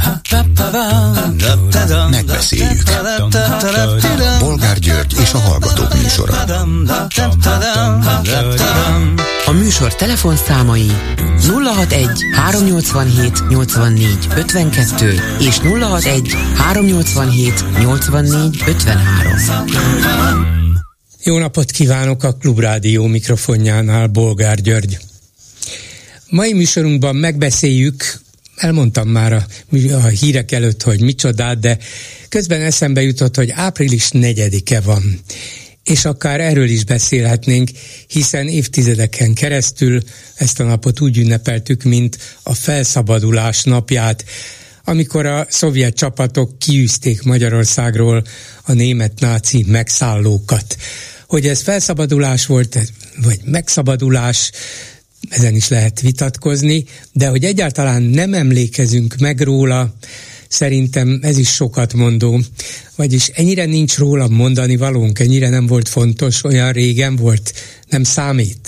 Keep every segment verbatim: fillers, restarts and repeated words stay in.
Megbeszéljük. Bolgár György és a Hallgatók műsora. A műsor telefonszámai nulla hatvanegy háromnyolcvanhét nyolcvannégy ötvenkettő és nulla hatvanegy háromnyolcvanhét nyolcvannégy ötvenhárom. Jó napot kívánok, a Klubrádió mikrofonjánál Bolgár György. Mai műsorunkban megbeszéljük, elmondtam már a, a hírek előtt, hogy micsodát, de közben eszembe jutott, hogy április negyedike van. És akár erről is beszélhetnénk, hiszen évtizedeken keresztül ezt a napot úgy ünnepeltük, mint a felszabadulás napját, amikor a szovjet csapatok kiűzték Magyarországról a német náci megszállókat. Hogy ez felszabadulás volt, vagy megszabadulás, ezen is lehet vitatkozni, de hogy egyáltalán nem emlékezünk meg róla, szerintem ez is sokat mondó. Vagyis ennyire nincs róla mondani valónk, ennyire nem volt fontos, olyan régen volt, nem számít.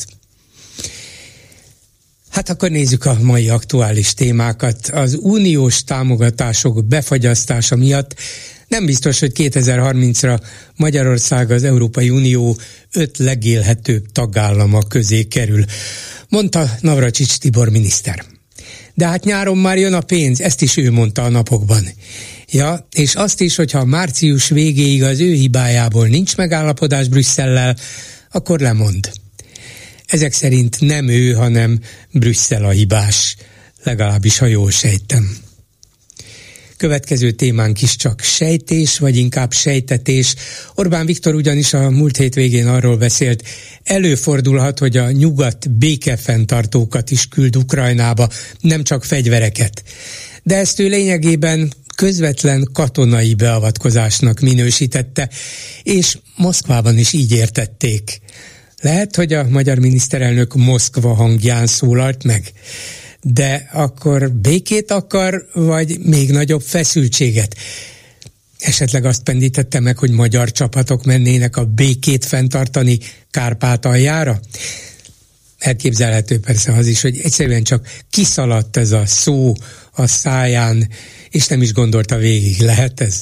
Hát akkor nézzük a mai aktuális témákat. Az uniós támogatások befagyasztása miatt nem biztos, hogy kétezer-harmincra Magyarország az Európai Unió öt legélhetőbb tagállama közé kerül, mondta Navracsics Tibor miniszter. De hát nyáron már jön a pénz, ezt is ő mondta a napokban. Ja, és azt is, hogyha március végéig az ő hibájából nincs megállapodás Brüsszellel, akkor lemond. Ezek szerint nem ő, hanem Brüsszel a hibás, legalábbis ha jól sejtem. Következő témánk is csak sejtés, vagy inkább sejtetés. Orbán Viktor ugyanis a múlt hét végén arról beszélt, előfordulhat, hogy a nyugat békefenntartókat is küld Ukrajnába, nem csak fegyvereket. De ezt ő lényegében közvetlen katonai beavatkozásnak minősítette, és Moszkvában is így értették. Lehet, hogy a magyar miniszterelnök Moszkva hangján szólalt meg, de akkor békét akar, vagy még nagyobb feszültséget? Esetleg azt pendítette meg, hogy magyar csapatok mennének a békét fenntartani Kárpátaljára? Elképzelhető persze az is, hogy egyszerűen csak kiszaladt ez a szó a száján, és nem is gondolta végig. Lehet ez?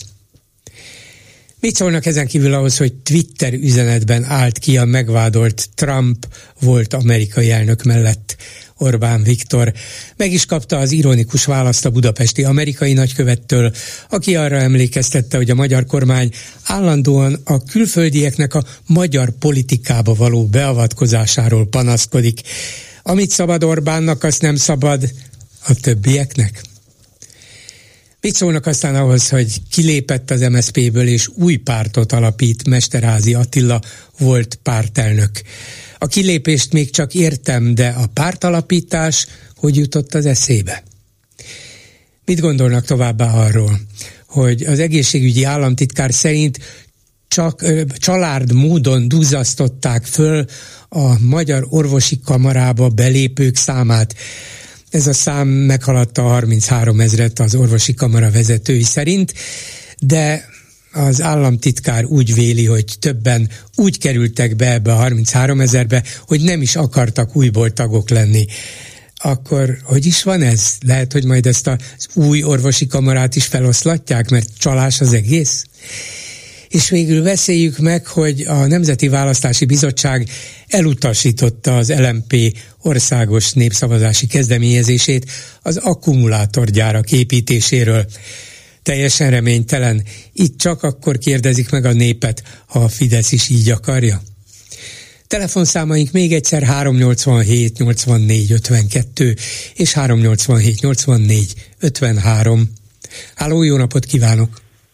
Mit szólnak ezen kívül ahhoz, hogy Twitter üzenetben állt ki a megvádolt Trump volt amerikai elnök mellett Orbán Viktor? Meg is kapta az ironikus választ a budapesti amerikai nagykövettől, aki arra emlékeztette, hogy a magyar kormány állandóan a külföldieknek a magyar politikába való beavatkozásáról panaszkodik. Amit szabad Orbánnak, azt nem szabad a többieknek. Mit szólnak aztán ahhoz, hogy kilépett az em es zé pé-ből és új pártot alapít Mesterházy Attila volt pártelnök? A kilépést még csak értem, de a pártalapítás hogy jutott az eszébe? Mit gondolnak továbbá arról, hogy az egészségügyi államtitkár szerint csak ö, család módon duzzasztották föl a Magyar Orvosi Kamarába belépők számát? Ez a szám meghaladta a harminchárom ezret az orvosi kamara vezetői szerint, de az államtitkár úgy véli, hogy többen úgy kerültek be ebbe a harminchárom ezerbe, hogy nem is akartak újból tagok lenni. Akkor hogy is van ez? Lehet, hogy majd ezt az új orvosi kamarát is feloszlatják, mert csalás az egész? És végül beszéljük meg, hogy a Nemzeti Választási Bizottság elutasította az el em pé országos népszavazási kezdeményezését az akkumulátorgyárak építéséről. Teljesen reménytelen. Itt csak akkor kérdezik meg a népet, ha a Fidesz is így akarja. Telefonszámaink még egyszer háromnyolcvanhét nyolcvannégy ötvenkettő és háromnyolcvanhét nyolcvannégy ötvenhárom. Háló, jó napot kívánok!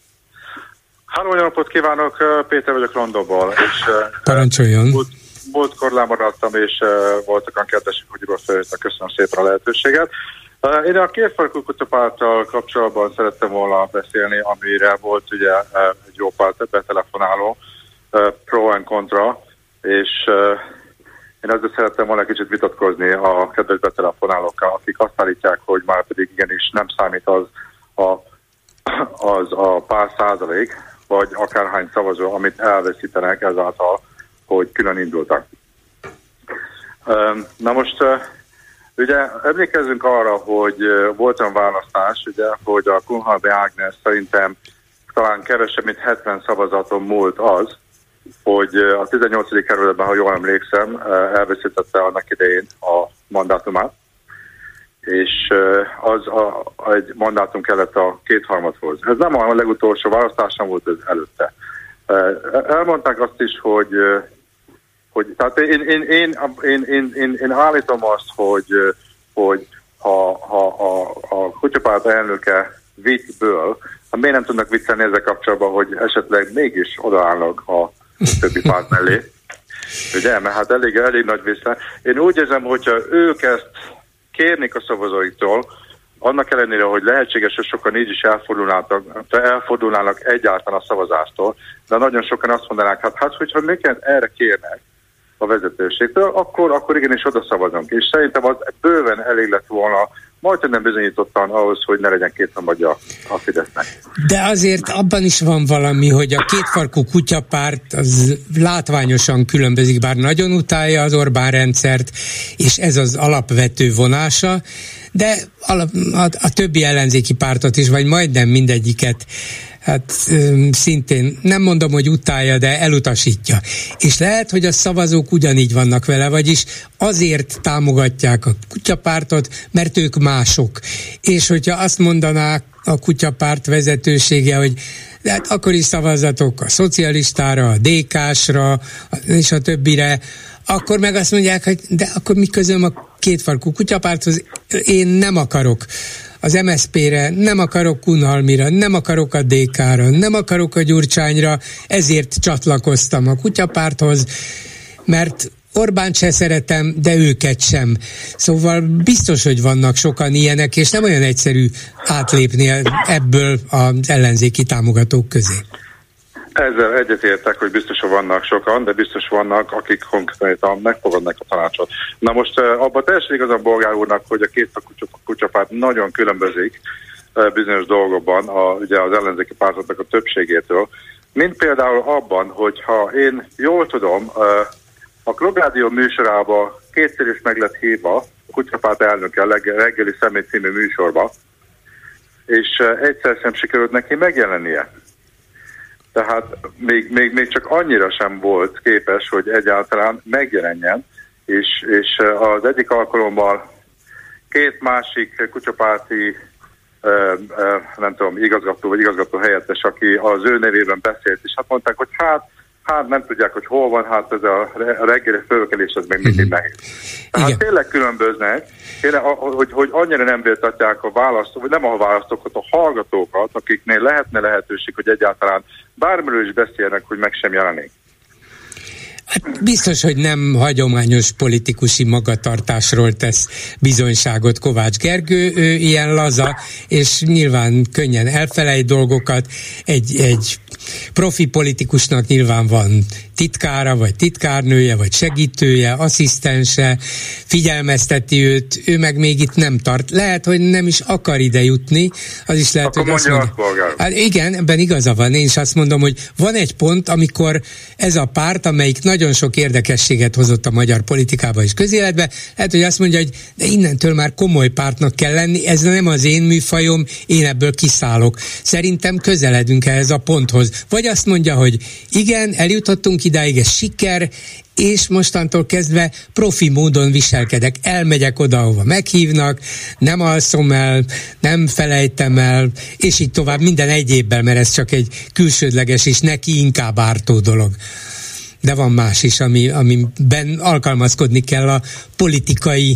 Háló, jó napot kívánok! Péter vagyok Londonból. És parancsoljon! Múlt, múltkor lemaradtam, és uh, voltak olyan kérdések, hogy rossz, köszönöm szépen a lehetőséget. Uh, én a kétfarkú kutyapárttal kapcsolatban szerettem volna beszélni, amire volt ugye uh, egy jó pár betelefonáló, uh, pro and contra, és uh, én ezzel szerettem volna kicsit vitatkozni a kedves betelefonálókkal, akik azt állítják, hogy már pedig igenis nem számít az a, az a pár százalék, vagy akárhány szavazó, amit elveszítenek ezáltal, hogy külön indultak. Na most Ugye emlékezzünk arra, hogy volt olyan választás, ugye, hogy a Kunhalmi Ágnes szerintem talán kevesebb, mint hetven szavazaton múlt az, hogy a tizennyolcadik kerületben, ha jól emlékszem, elveszítette annak idején a mandátumát, és az a, egy mandátum kellett a kétharmadhoz. Ez nem a legutolsó választás, nem volt ez előtte. Elmondták azt is, hogy, hogy tehát én, én, én, én, én, én, én állítom azt, hogy, hogy ha, ha a, a kutyapárt elnöke viccből, ha miért nem tudnak viccelni ezzel kapcsolatban, hogy esetleg mégis odaállnak a többi párt mellé. Ugye, mert hát elég, elég nagy vissza. Én úgy érzem, hogyha ők ezt kérnék a szavazóiktól, annak ellenére, hogy lehetséges, hogy sokan így is elfordulnának, elfordulnának egyáltalán a szavazástól, de nagyon sokan azt mondanák, hát, hát hogyha minket erre kérnek a vezetőségtől, akkor, akkor igenis oda szavazunk. És szerintem az bőven elég lett volna, majd nem bizonyítottan ahhoz, hogy ne legyen kétharmadja a Fidesznek. De azért abban is van valami, hogy a kétfarkú kutyapárt az látványosan különbözik, bár nagyon utálja az Orbán rendszert, és ez az alapvető vonása, de a, a, a többi ellenzéki pártot is, vagy majdnem mindegyiket, hát szintén nem mondom, hogy utálja, de elutasítja. És lehet, hogy a szavazók ugyanígy vannak vele, vagyis azért támogatják a kutyapártot, mert ők mások. És hogyha azt mondanák a kutyapárt vezetősége, hogy de hát akkor is szavazatok a szocialistára, a dé ká-sra és a többire, akkor meg azt mondják, hogy de akkor mi közöm a kétfarkú kutyapárthoz, én nem akarok az em es zé pé-re, nem akarok Kunhalmira, nem akarok a dé ká-ra, nem akarok a Gyurcsányra, ezért csatlakoztam a kutyapárthoz, mert Orbánt se szeretem, de őket sem. Szóval biztos, hogy vannak sokan ilyenek, és nem olyan egyszerű átlépni ebből az ellenzéki támogatók közé. Ezzel egyetértek, hogy biztos, hogy vannak sokan, de biztos vannak, akik konkrétan megfogadnak a tanácsot. Na most abban teljesen igaz a Bolgár úrnak, hogy a két kutyapárt nagyon különbözik bizonyos dolgokban a, ugye az ellenzéki pártoknak a többségétől, mint például abban, hogyha én jól tudom, a Klubrádió műsorába kétszer is meg lett hívva a kutyapárt elnöke a reggeli személy című műsorba, és egyszer sem sikerült neki megjelennie. Tehát még, még, még csak annyira sem volt képes, hogy egyáltalán megjelenjen, és, és az egyik alkalommal két másik kutyapárti nem tudom, igazgató vagy igazgató helyettes, aki az ő nevében beszélt, és hát mondták, hogy hát Hát nem tudják, hogy hol van, hát ez a reggeli fölkelés, ez még mindig nehéz. Tehát igen. Tényleg különböznek, tényleg, hogy, hogy annyira nem bírtatják a választókat, vagy nem a választókat, a hallgatókat, akiknél lehetne lehetőség, hogy egyáltalán bármiről is beszélnek, hogy meg sem jelenik. Hát biztos, hogy nem hagyományos politikusi magatartásról tesz bizonyságot Kovács Gergő, ő ilyen laza, és nyilván könnyen elfelejt dolgokat, egy, egy profi politikusnak nyilván van titkára, vagy titkárnője, vagy segítője, asszisztense, figyelmezteti őt, ő meg még itt nem tart. Lehet, hogy nem is akar ide jutni, az is lehet, akkor hogy azt mondja. Hát igen, ebben igaza van, én is azt mondom, hogy van egy pont, amikor ez a párt, amelyik nagyon sok érdekességet hozott a magyar politikába és közéletbe, lehet, hogy azt mondja, hogy de innentől már komoly pártnak kell lenni, ez nem az én műfajom, én ebből kiszállok. Szerintem közeledünk ehhez a ponthoz. Vagy azt mondja, hogy igen, eljutottunk idáig, ez siker, és mostantól kezdve profi módon viselkedek. Elmegyek oda, ahova meghívnak, nem alszom el, nem felejtem el, és így tovább minden egyébben, mert ez csak egy külsődleges és neki inkább ártó dolog. De van más is, ami, amiben alkalmazkodni kell a politikai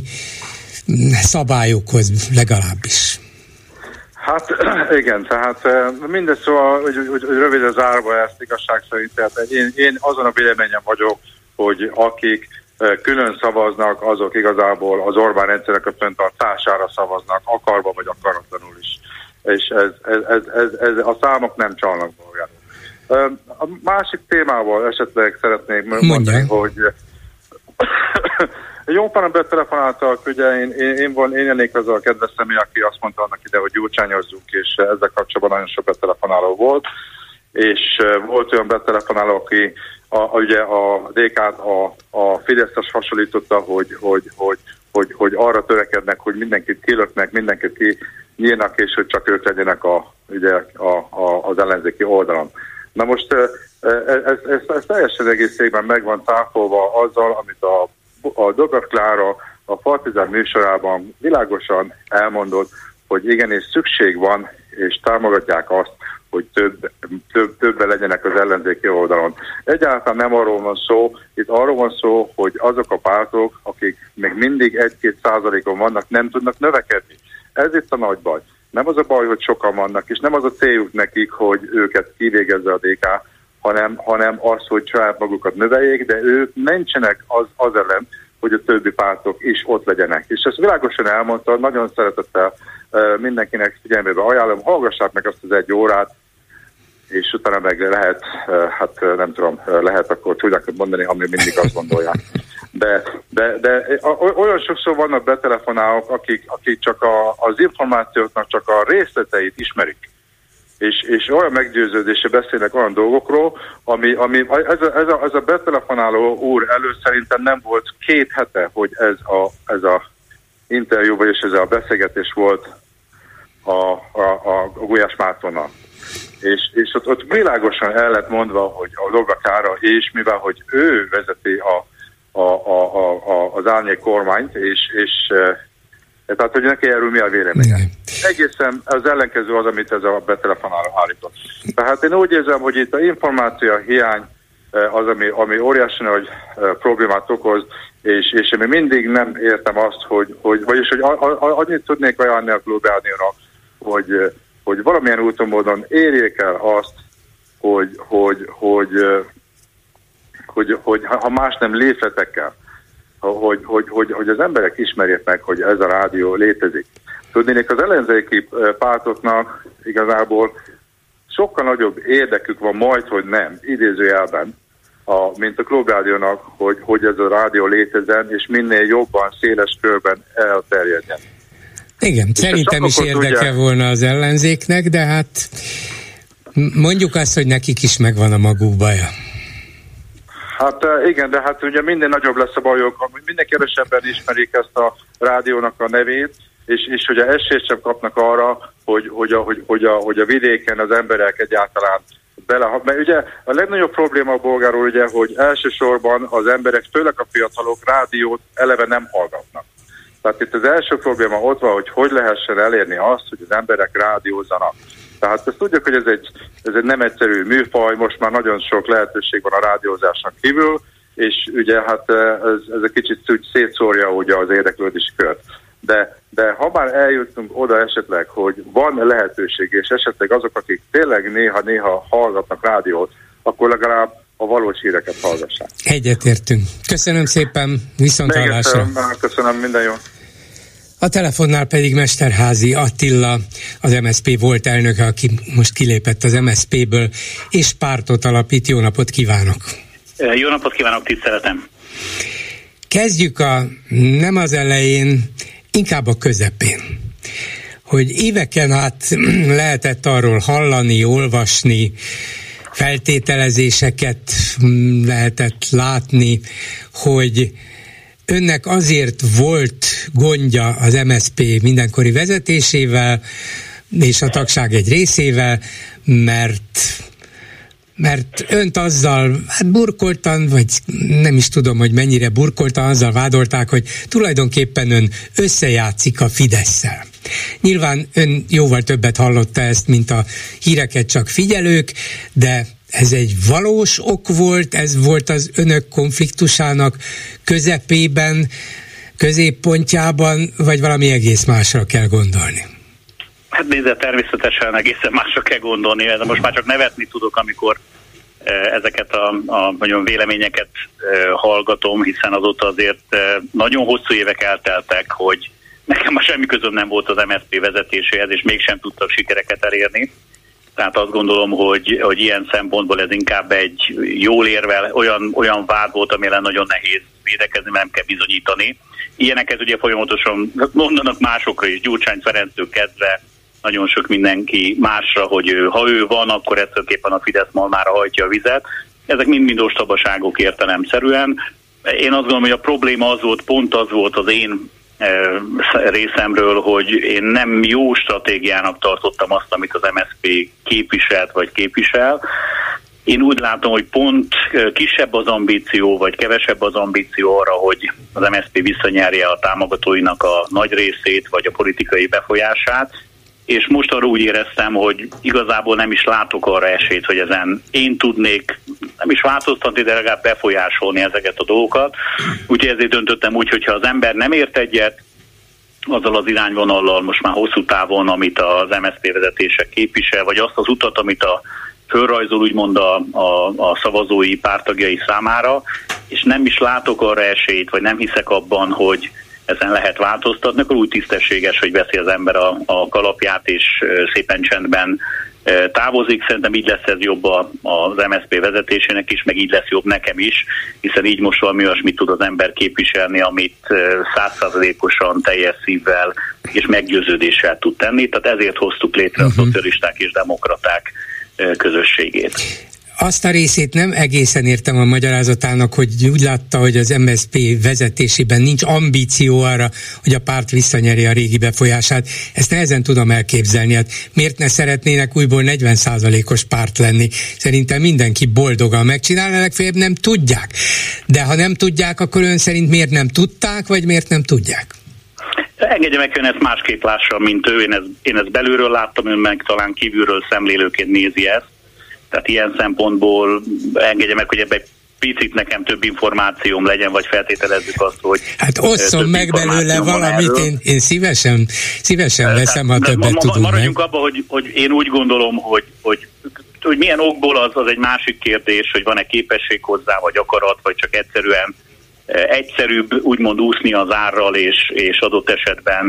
szabályokhoz legalábbis. Hát igen, tehát mindez szóval, hogy, hogy, hogy röviden zárva ezt igazság szerint, tehát én, én azon a véleményem vagyok, hogy akik külön szavaznak, azok igazából az Orbán rendszerek a fenntartására szavaznak, akarva vagy akaratlanul is. És ez, ez, ez, ez, ez, a számok nem csalnak magát. A másik témával esetleg szeretnék mondani, hogy jó pár ember telefonáltak, ugye én, én, én, von, én lennék az a kedves személy, aki azt mondta annak ide, hogy gyurcsányozzunk, és ezzel kapcsolatban nagyon sok betelefonáló volt, és volt olyan betelefonáló, aki a, a, ugye a dé ká-t a, a Fideszhez hasonlította, hogy, hogy, hogy, hogy, hogy arra törekednek, hogy mindenkit kilöknek, mindenkit kinyírnak, és hogy csak ők legyenek a, ugye, a, a, az ellenzéki oldalon. Na most ez, ez, ez, ez teljesen egészében meg van táfolva azzal, amit a, a Dobrev Klára a Partizán műsorában világosan elmondott, hogy igenis szükség van, és támogatják azt, hogy több, több, többen legyenek az ellenzéki oldalon. Egyáltalán nem arról van szó, itt arról van szó, hogy azok a pártok, akik még mindig egy-két százalékon vannak, nem tudnak növekedni. Ez itt a nagy baj. Nem az a baj, hogy sokan vannak, és nem az a céljuk nekik, hogy őket kivégezze a dé ká, hanem, hanem az, hogy saját magukat növeljék, de ők nincsenek az, az ellen, hogy a többi pártok is ott legyenek. És ezt világosan elmondta, nagyon szeretettel uh, mindenkinek figyelmébe ajánlom, hallgassák meg azt az egy órát, és utána meg lehet, uh, hát uh, nem tudom, uh, lehet akkor tudják mondani, ami mindig azt gondolják. De, de, de olyan sokszor vannak betelefonálók, akik, akik csak a, az információknak csak a részleteit ismerik. És, és olyan meggyőződése beszélnek olyan dolgokról, ami, ami ez, a, ez, a, ez a betelefonáló úr előtt szerintem nem volt két hete, hogy ez a, ez a interjú, vagyis ez a beszélgetés volt a, a, a Gulyás Mártonnal. És, és ott, ott világosan el lett mondva, hogy a Dobrev Klára, és mivel, hogy ő vezeti a, a, a, a, a, az árnyék kormányt, és, és tehát, hogy neki erről mi a véleménye. Egészen az ellenkező az, amit ez a betelefonáló állított. Tehát én úgy érzem, hogy itt a információ hiány az, ami, ami óriási nagy problémát okoz, és, és én mindig nem értem azt, hogy, hogy vagyis, hogy a, a, annyit tudnék ajánlani a Klubrádiónak, hogy, hogy valamilyen úton módon érjék el azt, hogy, hogy, hogy, hogy, hogy, hogy ha más nem lépletekkel, Hogy, hogy, hogy, hogy az emberek ismerjék meg, hogy ez a rádió létezik. Tudnék, az ellenzéki pártoknak igazából sokkal nagyobb érdekük van majd, hogy nem, idézőjelben, a, mint a Klubrádiónak, hogy, hogy ez a rádió létezzen, és minél jobban, széles körben elterjedjen. Igen, és szerintem is érdeke tudják volna az ellenzéknek, de hát mondjuk azt, hogy nekik is megvan a maguk baja. Hát igen, de hát ugye minden nagyobb lesz a bajok, minden kevesebben ismerik ezt a rádiónak a nevét, és, és ugye esélyt sem kapnak arra, hogy, hogy, a, hogy, hogy, a, hogy a vidéken az emberek egyáltalán bele... Mert ugye a legnagyobb probléma a bolgáról ugye, hogy elsősorban az emberek, főleg a fiatalok rádiót eleve nem hallgatnak. Tehát itt az első probléma ott van, hogy hogy lehessen elérni azt, hogy az emberek rádiózzanak. Tehát ezt tudjuk, hogy ez egy, ez egy nem egyszerű műfaj, most már nagyon sok lehetőség van a rádiózásnak kívül, és ugye hát ez, ez egy kicsit szétszórja ugye az érdeklődési kört. De, de ha már eljutunk oda esetleg, hogy van lehetőség, és esetleg azok, akik tényleg néha-néha hallgatnak rádiót, akkor legalább a valós híreket hallgassák. Egyetértünk. Köszönöm szépen, viszonthallásra. Köszönöm, minden jó. A telefonnál pedig Mesterházy Attila, az em es zé pé volt elnöke, aki most kilépett az em es zé péből, és pártot alapít. Jó napot kívánok! Jó napot kívánok, tiszteletem! Kezdjük a nem az elején, inkább a közepén. Hogy éveken át lehetett arról hallani, olvasni, feltételezéseket lehetett látni, hogy önnek azért volt gondja az em es zé pé mindenkori vezetésével és a tagság egy részével, mert, mert önt azzal hát burkoltan, vagy nem is tudom, hogy mennyire burkoltan, azzal vádolták, hogy tulajdonképpen ön összejátszik a Fidesszel. Nyilván ön jóval többet hallotta ezt, mint a híreket csak figyelők, de ez egy valós ok volt, ez volt az önök konfliktusának közepében, középpontjában, vagy valami egész másra kell gondolni? Hát nézze, természetesen egészen másra kell gondolni, de most már csak nevetni tudok, amikor ezeket a, a nagyon véleményeket hallgatom, hiszen azóta azért nagyon hosszú évek elteltek, hogy nekem már semmi közöm nem volt az em es zé pé vezetéséhez, és mégsem tudtak sikereket elérni. Tehát azt gondolom, hogy, hogy ilyen szempontból ez inkább egy jól érvel, olyan, olyan vád volt, amire nagyon nehéz védekezni, mert nem kell bizonyítani. Ilyeneket ugye folyamatosan mondanak másokra is, Gyurcsány Ferenctől kezdve nagyon sok mindenki másra, hogy ő, ha ő van, akkor egyszerűen a Fidesz malmára hajtja a vizet. Ezek mind-mind ostobaságok értelemszerűen. Én azt gondolom, hogy a probléma az volt, pont az volt az én részemről, hogy én nem jó stratégiának tartottam azt, amit az em es zé pé képviselt vagy képvisel. Én úgy látom, hogy pont kisebb az ambíció, vagy kevesebb az ambíció arra, hogy az em es zé pé visszanyerje a támogatóinak a nagy részét, vagy a politikai befolyását, és most arra úgy éreztem, hogy igazából nem is látok arra esélyt, hogy ezen én tudnék nem is változtatni, de legalább befolyásolni ezeket a dolgokat. Úgyhogy ezért döntöttem úgy, hogyha az ember nem ért egyet azzal az irányvonallal most már hosszú távon, amit az em es zé pé vezetése képvisel, vagy azt az utat, amit a fölrajzol úgymond a, a, a szavazói párttagjai számára, és nem is látok arra esélyt, vagy nem hiszek abban, hogy ezen lehet változtatni, akkor úgy tisztességes, hogy veszi az ember a, a kalapját, és szépen csendben távozik. Szerintem így lesz ez jobb az em es zé pé vezetésének is, meg így lesz jobb nekem is, hiszen így most valami olyasmit tud az ember képviselni, amit száz százalékosan teljes szívvel és meggyőződéssel tud tenni. Tehát ezért hoztuk létre a szocialisták és demokraták közösségét. Azt a részét nem egészen értem a magyarázatának, hogy úgy látta, hogy az em es zé pé vezetésében nincs ambíció arra, hogy a párt visszanyeri a régi befolyását. Ezt nehezen tudom elképzelni. Hát miért ne szeretnének újból negyven százalékos párt lenni? Szerintem mindenki boldogan megcsinálna, legfeljebb nem tudják. De ha nem tudják, akkor ön szerint miért nem tudták, vagy miért nem tudják? Engedje meg, hogy ön ezt másképp lássa, mint ő. Én ezt, én ezt belülről láttam, ön meg talán kívülről szemlélőként nézi ezt. Tehát ilyen szempontból engedje meg, hogy ebben egy picit nekem több információm legyen, vagy feltételezzük azt, hogy... Hát osszon meg belőle valamit, én, én szívesen, szívesen veszem, ha többet ma, tudunk maradjunk meg. abban, hogy, hogy én úgy gondolom, hogy, hogy, hogy milyen okból az, az egy másik kérdés, hogy van-e képesség hozzá, vagy akarat, vagy csak egyszerűen egyszerűbb úgymond úszni az árral, és, és adott esetben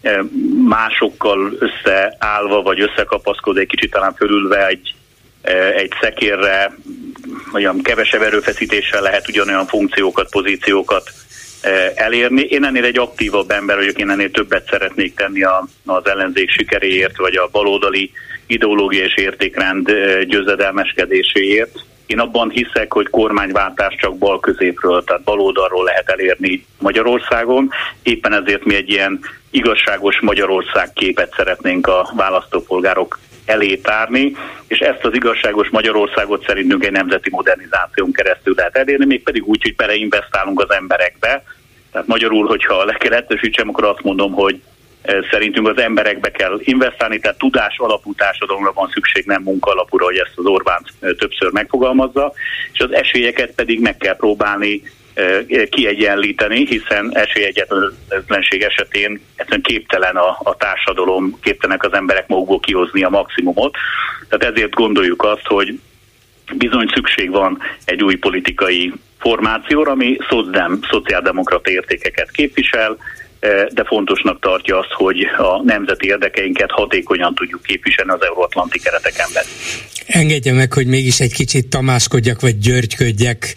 másokkal összeállva, vagy összekapaszkodva, egy kicsit talán fölülve egy egy szekérre, olyan kevesebb erőfeszítéssel lehet ugyanolyan funkciókat, pozíciókat elérni. Én ennél egy aktívabb ember vagyok, én ennél többet szeretnék tenni az ellenzék sikeréért, vagy a baloldali ideológia és értékrend győzedelmeskedéséért. Én abban hiszek, hogy kormányváltás csak bal középről, tehát baloldalról lehet elérni Magyarországon. Éppen ezért mi egy ilyen igazságos Magyarország képet szeretnénk a választópolgárok elé tárni, és ezt az igazságos Magyarországot szerintünk egy nemzeti modernizáción keresztül lehet elérni, mégpedig úgy, hogy beleinvestálunk az emberekbe. Tehát magyarul, hogyha le kell egyszerűsítsem, akkor azt mondom, hogy szerintünk az emberekbe kell investálni, tehát tudás alapú társadalomra van szükség, nem munka alapúra, hogy ezt az Orbán többször megfogalmazza, és az esélyeket pedig meg kell próbálni kiegyenlíteni, hiszen esélyegyetlenség esetén egyszerűen képtelen a, a társadalom, képtelenek az emberek magukból kihozni a maximumot. Tehát ezért gondoljuk azt, hogy bizony szükség van egy új politikai formációra, ami szocdem, szociáldemokrata értékeket képvisel, de fontosnak tartja azt, hogy a nemzeti érdekeinket hatékonyan tudjuk képviselni az euróatlanti kereteken belül. Engedje meg, hogy mégis egy kicsit tamáskodjak, vagy györgyködjek.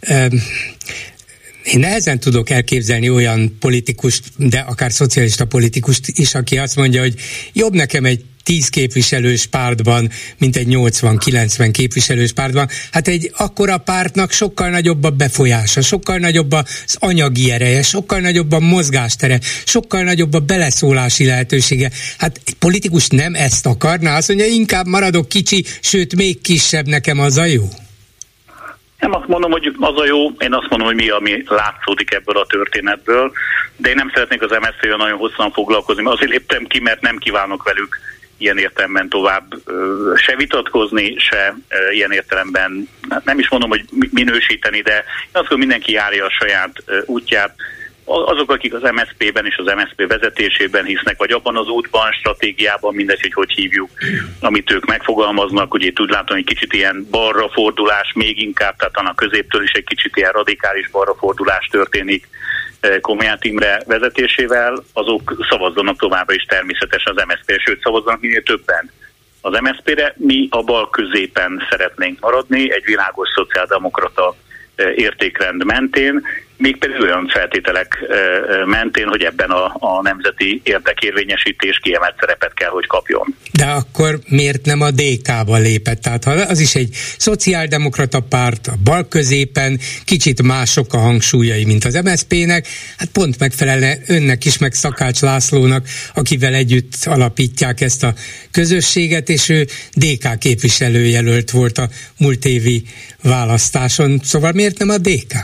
Én nehezen tudok elképzelni olyan politikust, de akár szocialista politikust is, aki azt mondja, hogy jobb nekem egy tíz képviselős pártban, mint egy nyolcvan-kilencven képviselős pártban. Hát egy akkora pártnak sokkal nagyobb a befolyása, sokkal nagyobb az anyagi ereje, sokkal nagyobb a mozgástere, sokkal nagyobb a beleszólási lehetősége. Hát egy politikus nem ezt akarná, azt mondja, inkább maradok kicsi, sőt még kisebb, nekem az a jó. Nem azt mondom, hogy az a jó, én azt mondom, hogy mi, ami látszódik ebből a történetből, de én nem szeretnék az em es zé pével nagyon hosszan foglalkozni, azért léptem ki, mert nem kívánok velük ilyen értelemben tovább se vitatkozni, se ilyen értelemben, nem is mondom, hogy minősíteni, de én azt mondom, mindenki járja a saját útját. Azok, akik az em es zé pében és az em es zé pé vezetésében hisznek, vagy abban az útban, stratégiában, mindegy, hogy hogy hívjuk, amit ők megfogalmaznak, ugye itt úgy látom, hogy kicsit ilyen balra fordulás, még inkább, tehát a középtől is egy kicsit ilyen radikális balra fordulás történik Komját Imre vezetésével, azok szavazzanak továbbra is természetesen az em es zé pére, sőt szavazzanak minél többen az em es zé pére. Mi a bal középen szeretnénk maradni, egy világos szociáldemokrata értékrend mentén, mégpedig olyan feltételek mentén, hogy ebben a, a nemzeti érdekérvényesítés kiemelt szerepet kell, hogy kapjon. De akkor miért nem a dé ká-ba lépett? Tehát ha az is egy szociáldemokrata párt, a bal középen, kicsit mások a hangsúlyai, mint az em es zé pének, hát pont megfelelne önnek is, meg Szakács Lászlónak, akivel együtt alapítják ezt a közösséget, és ő dé ká képviselőjelölt volt a múlt évi választáson. Szóval miért nem a dé ká?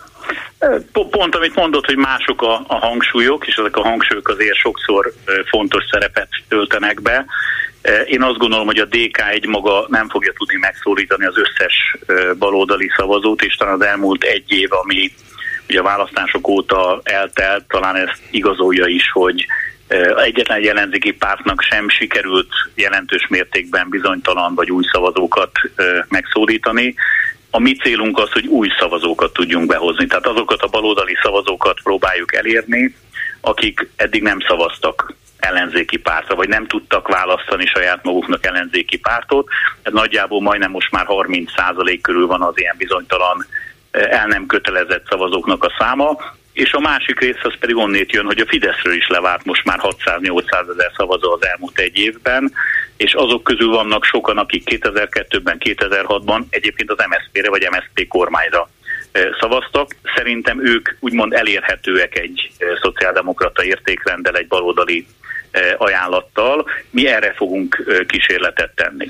Pont, amit mondott, hogy mások a, a hangsúlyok, és ezek a hangsúlyok azért sokszor fontos szerepet töltenek be. Én azt gondolom, hogy a dé ká egymaga nem fogja tudni megszólítani az összes baloldali szavazót, és talán az elmúlt egy év, ami ugye a választások óta eltelt, talán ezt igazolja is, hogy egyetlen egy ellenzéki pártnak sem sikerült jelentős mértékben bizonytalan vagy új szavazókat megszólítani. A mi célunk az, hogy új szavazókat tudjunk behozni. Tehát azokat a baloldali szavazókat próbáljuk elérni, akik eddig nem szavaztak ellenzéki pártra, vagy nem tudtak választani saját maguknak ellenzéki pártot. Ez nagyjából majdnem most már harminc százalék körül van az ilyen bizonytalan, el nem kötelezett szavazóknak a száma, és a másik rész az pedig onnét jön, hogy a Fideszről is levárt most már hatszáz-nyolcszázezer szavazó az elmúlt egy évben, és azok közül vannak sokan, akik kétezer-kettőben, kétezer-hatban egyébként az em es zé pére vagy em es zé pé kormányra szavaztak. Szerintem ők úgymond elérhetőek egy szociáldemokrata értékrenddel, egy baloldali ajánlattal. Mi erre fogunk kísérletet tenni.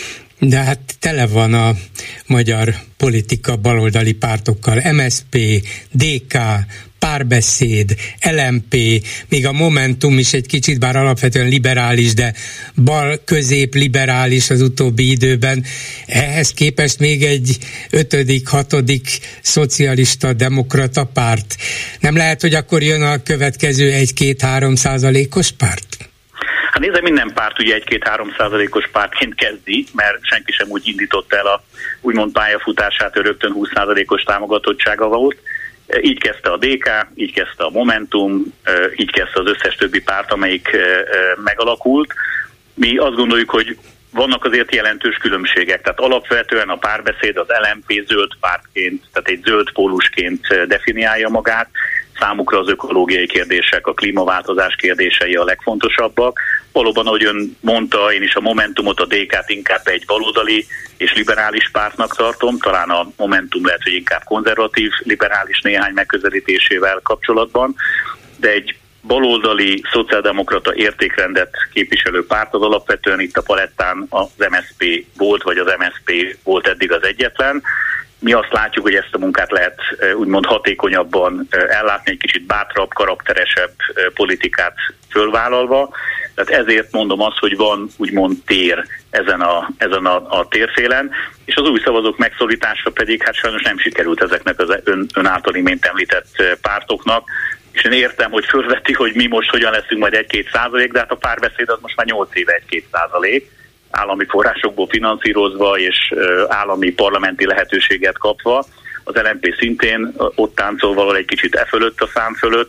De hát tele van a magyar politika baloldali pártokkal, em es zé pé, dé ká, Párbeszéd, el em pé, még a Momentum is egy kicsit, bár alapvetően liberális, de bal-közép liberális az utóbbi időben. Ehhez képest még egy ötödik, hatodik szocialista demokrata párt. Nem lehet, hogy akkor jön a következő egy-két-három százalékos párt? Hát nézze, minden párt ugye egy-két-három százalékos pártként kezdi, mert senki sem úgy indította el a úgymond pályafutását, hogy rögtön húsz százalékos támogatottsága volt. Így kezdte a dé ká, így kezdte a Momentum, így kezdte az összes többi párt, amelyik megalakult. Mi azt gondoljuk, hogy vannak azért jelentős különbségek, tehát alapvetően a Párbeszéd az el em pé zöld pártként, tehát egy zöld pólusként definiálja magát. Számukra az ökológiai kérdések, a klímaváltozás kérdései a legfontosabbak. Valóban, ahogy ön mondta, én is a Momentumot, a dé kát inkább egy baloldali és liberális pártnak tartom, talán a Momentum lehet, hogy inkább konzervatív, liberális néhány megközelítésével kapcsolatban, de egy baloldali, szociáldemokrata értékrendet képviselő párt az alapvetően itt a palettán az em es zé pé volt, vagy az em es zé pé volt eddig az egyetlen. Mi azt látjuk, hogy ezt a munkát lehet úgymond hatékonyabban ellátni, egy kicsit bátrabb, karakteresebb politikát fölvállalva. Tehát ezért mondom azt, hogy van úgymond tér ezen a, ezen a, a térfélen, és az új szavazók megszólítása pedig hát sajnos nem sikerült ezeknek az ön, ön által imént említett pártoknak. És én értem, hogy fölveti, hogy mi most hogyan leszünk majd egy-két százalék, de hát a Párbeszéd az most már nyolc éve egy-két százalék, állami forrásokból finanszírozva és állami parlamenti lehetőséget kapva. Az el em pé szintén ott táncol valahol egy kicsit e fölött, a szám fölött,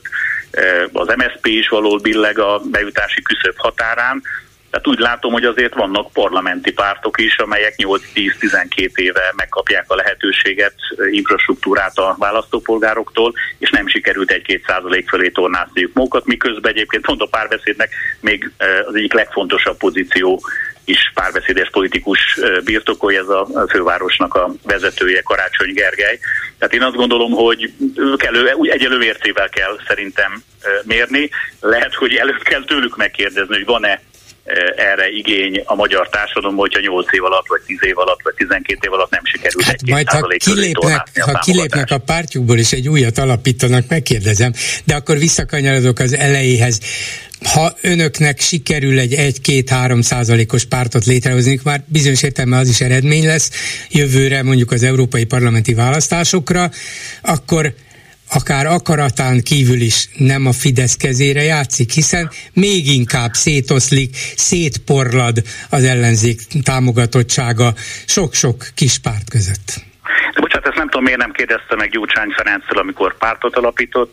az em es zé pé is valahol billeg a bejutási küszöb határán. Tehát úgy látom, hogy azért vannak parlamenti pártok is, amelyek nyolc-tíz-tizenkét éve megkapják a lehetőséget, infrastruktúrát a választópolgároktól, és nem sikerült egy-két százalék fölé tornázniuk magukat, miközben egyébként mond a Párbeszédnek még az egyik legfontosabb pozíció is párbeszédes politikus birtokolja, ez a fővárosnak a vezetője, Karácsony Gergely. Tehát én azt gondolom, hogy kellő, úgy egyelő mércével kell szerintem mérni. Lehet, hogy előbb kell tőlük megkérdezni, hogy van-e erre igény a magyar társadalomban, hogyha nyolc év alatt, vagy tíz év alatt, vagy tizenkét év alatt nem sikerült hát egy majd ha kilépnek, ha kilépnek a pártjukból és egy újat alapítanak, megkérdezem, de akkor visszakanyarodok az elejéhez. Ha önöknek sikerül egy egy-két-három százalékos pártot létrehozni, már bizonyos értelemben az is eredmény lesz jövőre, mondjuk az európai parlamenti választásokra, akkor akár akaratán kívül is nem a Fidesz kezére játszik, hiszen még inkább szétoszlik, szétporlad az ellenzék támogatottsága sok-sok kis párt között. De bocsánat, ezt nem tudom, miért nem kérdezte meg Gyurcsány Ferenctől, amikor pártot alapított.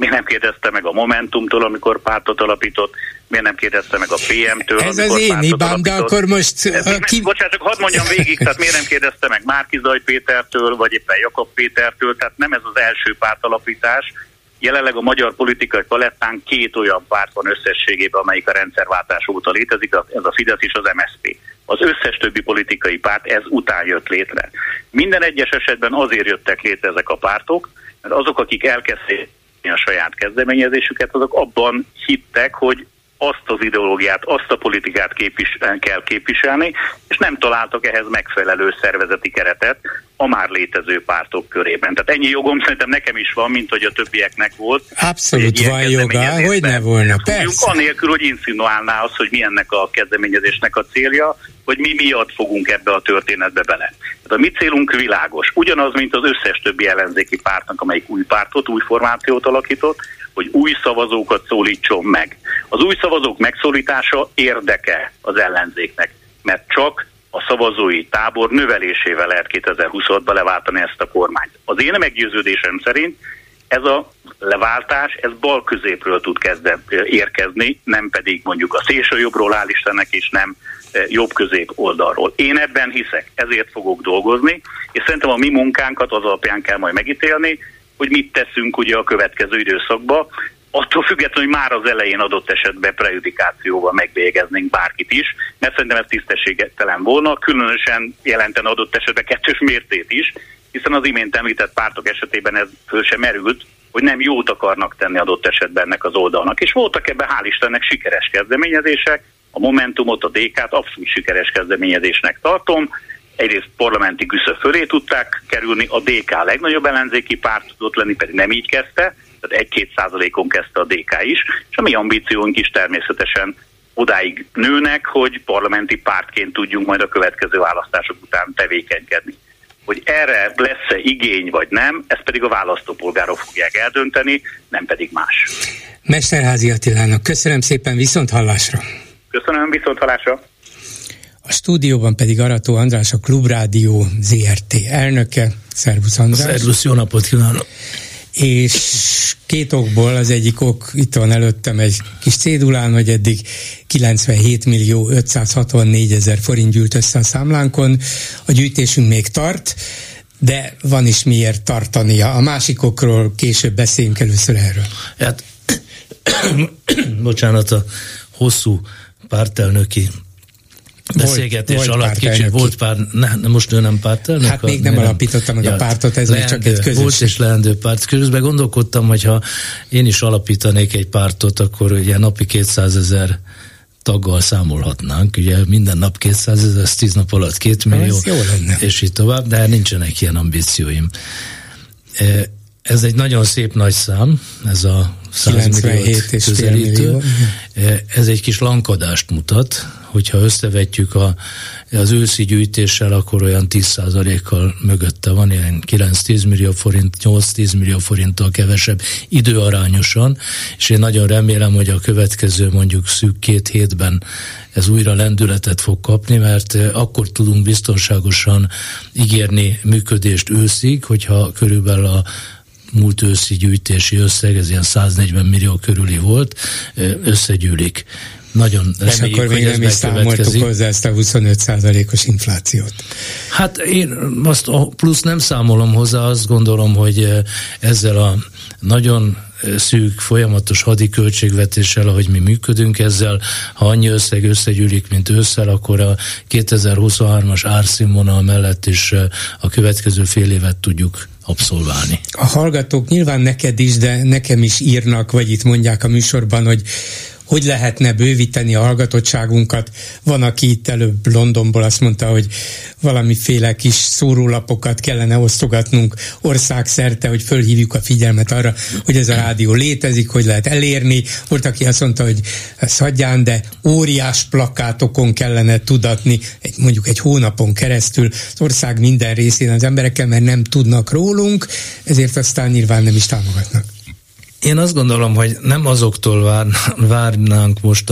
Miért nem kérdezte meg a Momentumtól, amikor pártot alapított? Miért nem kérdezte meg a pé em-től, Ez amikor az én hibám, de akkor most... Ez, ki... Bocsánat, csak hadd mondjam végig, tehát miért nem kérdezte meg Márki-Zay Pétertől, vagy éppen Jakab Pétertől, tehát nem ez az első pártalapítás. Jelenleg a magyar politikai palettán két olyan párt van összességében, amelyik a rendszerváltás óta létezik, ez a Fidesz és az em es zé pé. Az összes többi politikai párt ez után jött létre. Minden egyes esetben azért jöttek létre ezek a pártok, mert azok, akik elkezdték a saját kezdeményezésüket, azok abban hittek, hogy azt az ideológiát, azt a politikát képvisel, kell képviselni, és nem találtak ehhez megfelelő szervezeti keretet a már létező pártok körében. Tehát ennyi jogom szerintem nekem is van, mint hogy a többieknek volt. Abszolút van joga, hogy ne volna, persze. Anélkül, hogy insinuálná azt, hogy mi ennek a kezdeményezésnek a célja, hogy mi miatt fogunk ebbe a történetbe bele. Tehát a mi célunk világos. Ugyanaz, mint az összes többi ellenzéki pártnak, amelyik új pártot, új formációt alakított, hogy új szavazókat szólítson meg. Az új szavazók megszólítása érdeke az ellenzéknek, mert csak a szavazói tábor növelésével lehet kétezer-huszonhatban leváltani ezt a kormányt. Az én meggyőződésem szerint ez a leváltás, ez bal középről tud kezden érkezni, nem pedig mondjuk a szélső jobbról, hál' Istennek, és nem jobb közép oldalról. Én ebben hiszek, ezért fogok dolgozni, és szerintem a mi munkánkat az alapján kell majd megítélni, hogy mit teszünk ugye a következő időszakban, attól függetlenül, hogy már az elején adott esetben prejudikációval megbélyegeznénk bárkit is, mert szerintem ez tisztességtelen volna, különösen jelenten adott esetben kettős mércét is, hiszen az imént említett pártok esetében ez föl sem merült, hogy nem jót akarnak tenni adott esetben ennek az oldalnak. És voltak ebben hál' Istennek sikeres kezdeményezések, a Momentumot, a dé ká-t abszolút sikeres kezdeményezésnek tartom, egyrészt parlamenti küszöb fölé tudták kerülni, a dé ká legnagyobb ellenzéki párt tudott lenni, pedig nem így kezdte, tehát egy-két százalékon kezdte a dé ká is, és a mi ambíciónk is természetesen odáig nőnek, hogy parlamenti pártként tudjunk majd a következő választások után tevékenykedni. Hogy erre lesz-e igény vagy nem, ezt pedig a választópolgárok fogják eldönteni, nem pedig más. Mesterházy Attilának köszönöm szépen, viszont hallásra! Köszönöm, viszont hallásra! A stúdióban pedig Arató András, a Klubrádió zé er té elnöke. Szervusz András! Szervusz, jó napot kívánok! És két okból, az egyik ok, itt van előttem egy kis cédulán, hogy eddig kilencvenhét millió ötszázhatvannégy ezer forint gyűlt össze a számlánkon, a gyűjtésünk még tart, de van is miért tartania. A másikokról később beszéljünk először erről. Hát, bocsánat, a hosszú pártelnöki beszélgetés volt, alatt kicsit volt pár, ne, most ő nem pártelnök? Hát még nem alapította meg ja, a pártot, ez leendő, még csak egy közösség. Volt és leendő párt. Közben gondolkodtam, hogy ha én is alapítanék egy pártot, akkor ugye napi kétszázezer taggal számolhatnánk, ugye minden nap kétszázezer, ez tíz nap alatt két millió, és így tovább, de nincsenek ilyen ambícióim. Ez egy nagyon szép nagy szám, ez a száz milliót közelítő. Ez egy kis lankadást mutat, hogyha összevetjük a, az őszi gyűjtéssel, akkor olyan tíz százalékkal mögötte van, ilyen kilenc-tíz millió forint, nyolc-tíz millió forinttal kevesebb időarányosan, és én nagyon remélem, hogy a következő mondjuk szűk két hétben ez újra lendületet fog kapni, mert akkor tudunk biztonságosan ígérni működést őszig, hogyha körülbelül a múlt őszi gyűjtési összeg, ez ilyen száznegyven millió körüli volt, összegyűlik. Nagyon reméljük, akkor még nem is számoltuk hozzá ezt a huszonöt százalékos inflációt. Hát én azt a plusz nem számolom hozzá, azt gondolom, hogy ezzel a nagyon szűk, folyamatos hadi költségvetéssel, ahogy mi működünk ezzel, ha annyi összeg összegyűlik, mint ősszel, akkor a kétezer-huszonhármas árszínvonal mellett is a következő fél évet tudjuk abszolválni. A hallgatók nyilván neked is, de nekem is írnak, vagy itt mondják a műsorban, hogy hogy lehetne bővíteni a hallgatottságunkat. Van, aki itt előbb Londonból azt mondta, hogy valamiféle kis szórólapokat kellene osztogatnunk országszerte, hogy fölhívjuk a figyelmet arra, hogy ez a rádió létezik, hogy lehet elérni. Volt, aki azt mondta, hogy ezt hagyján, de óriás plakátokon kellene tudatni, egy, mondjuk egy hónapon keresztül az ország minden részén az emberekkel, mert nem tudnak rólunk, ezért aztán nyilván nem is támogatnak. Én azt gondolom, hogy nem azoktól vár, várnánk most a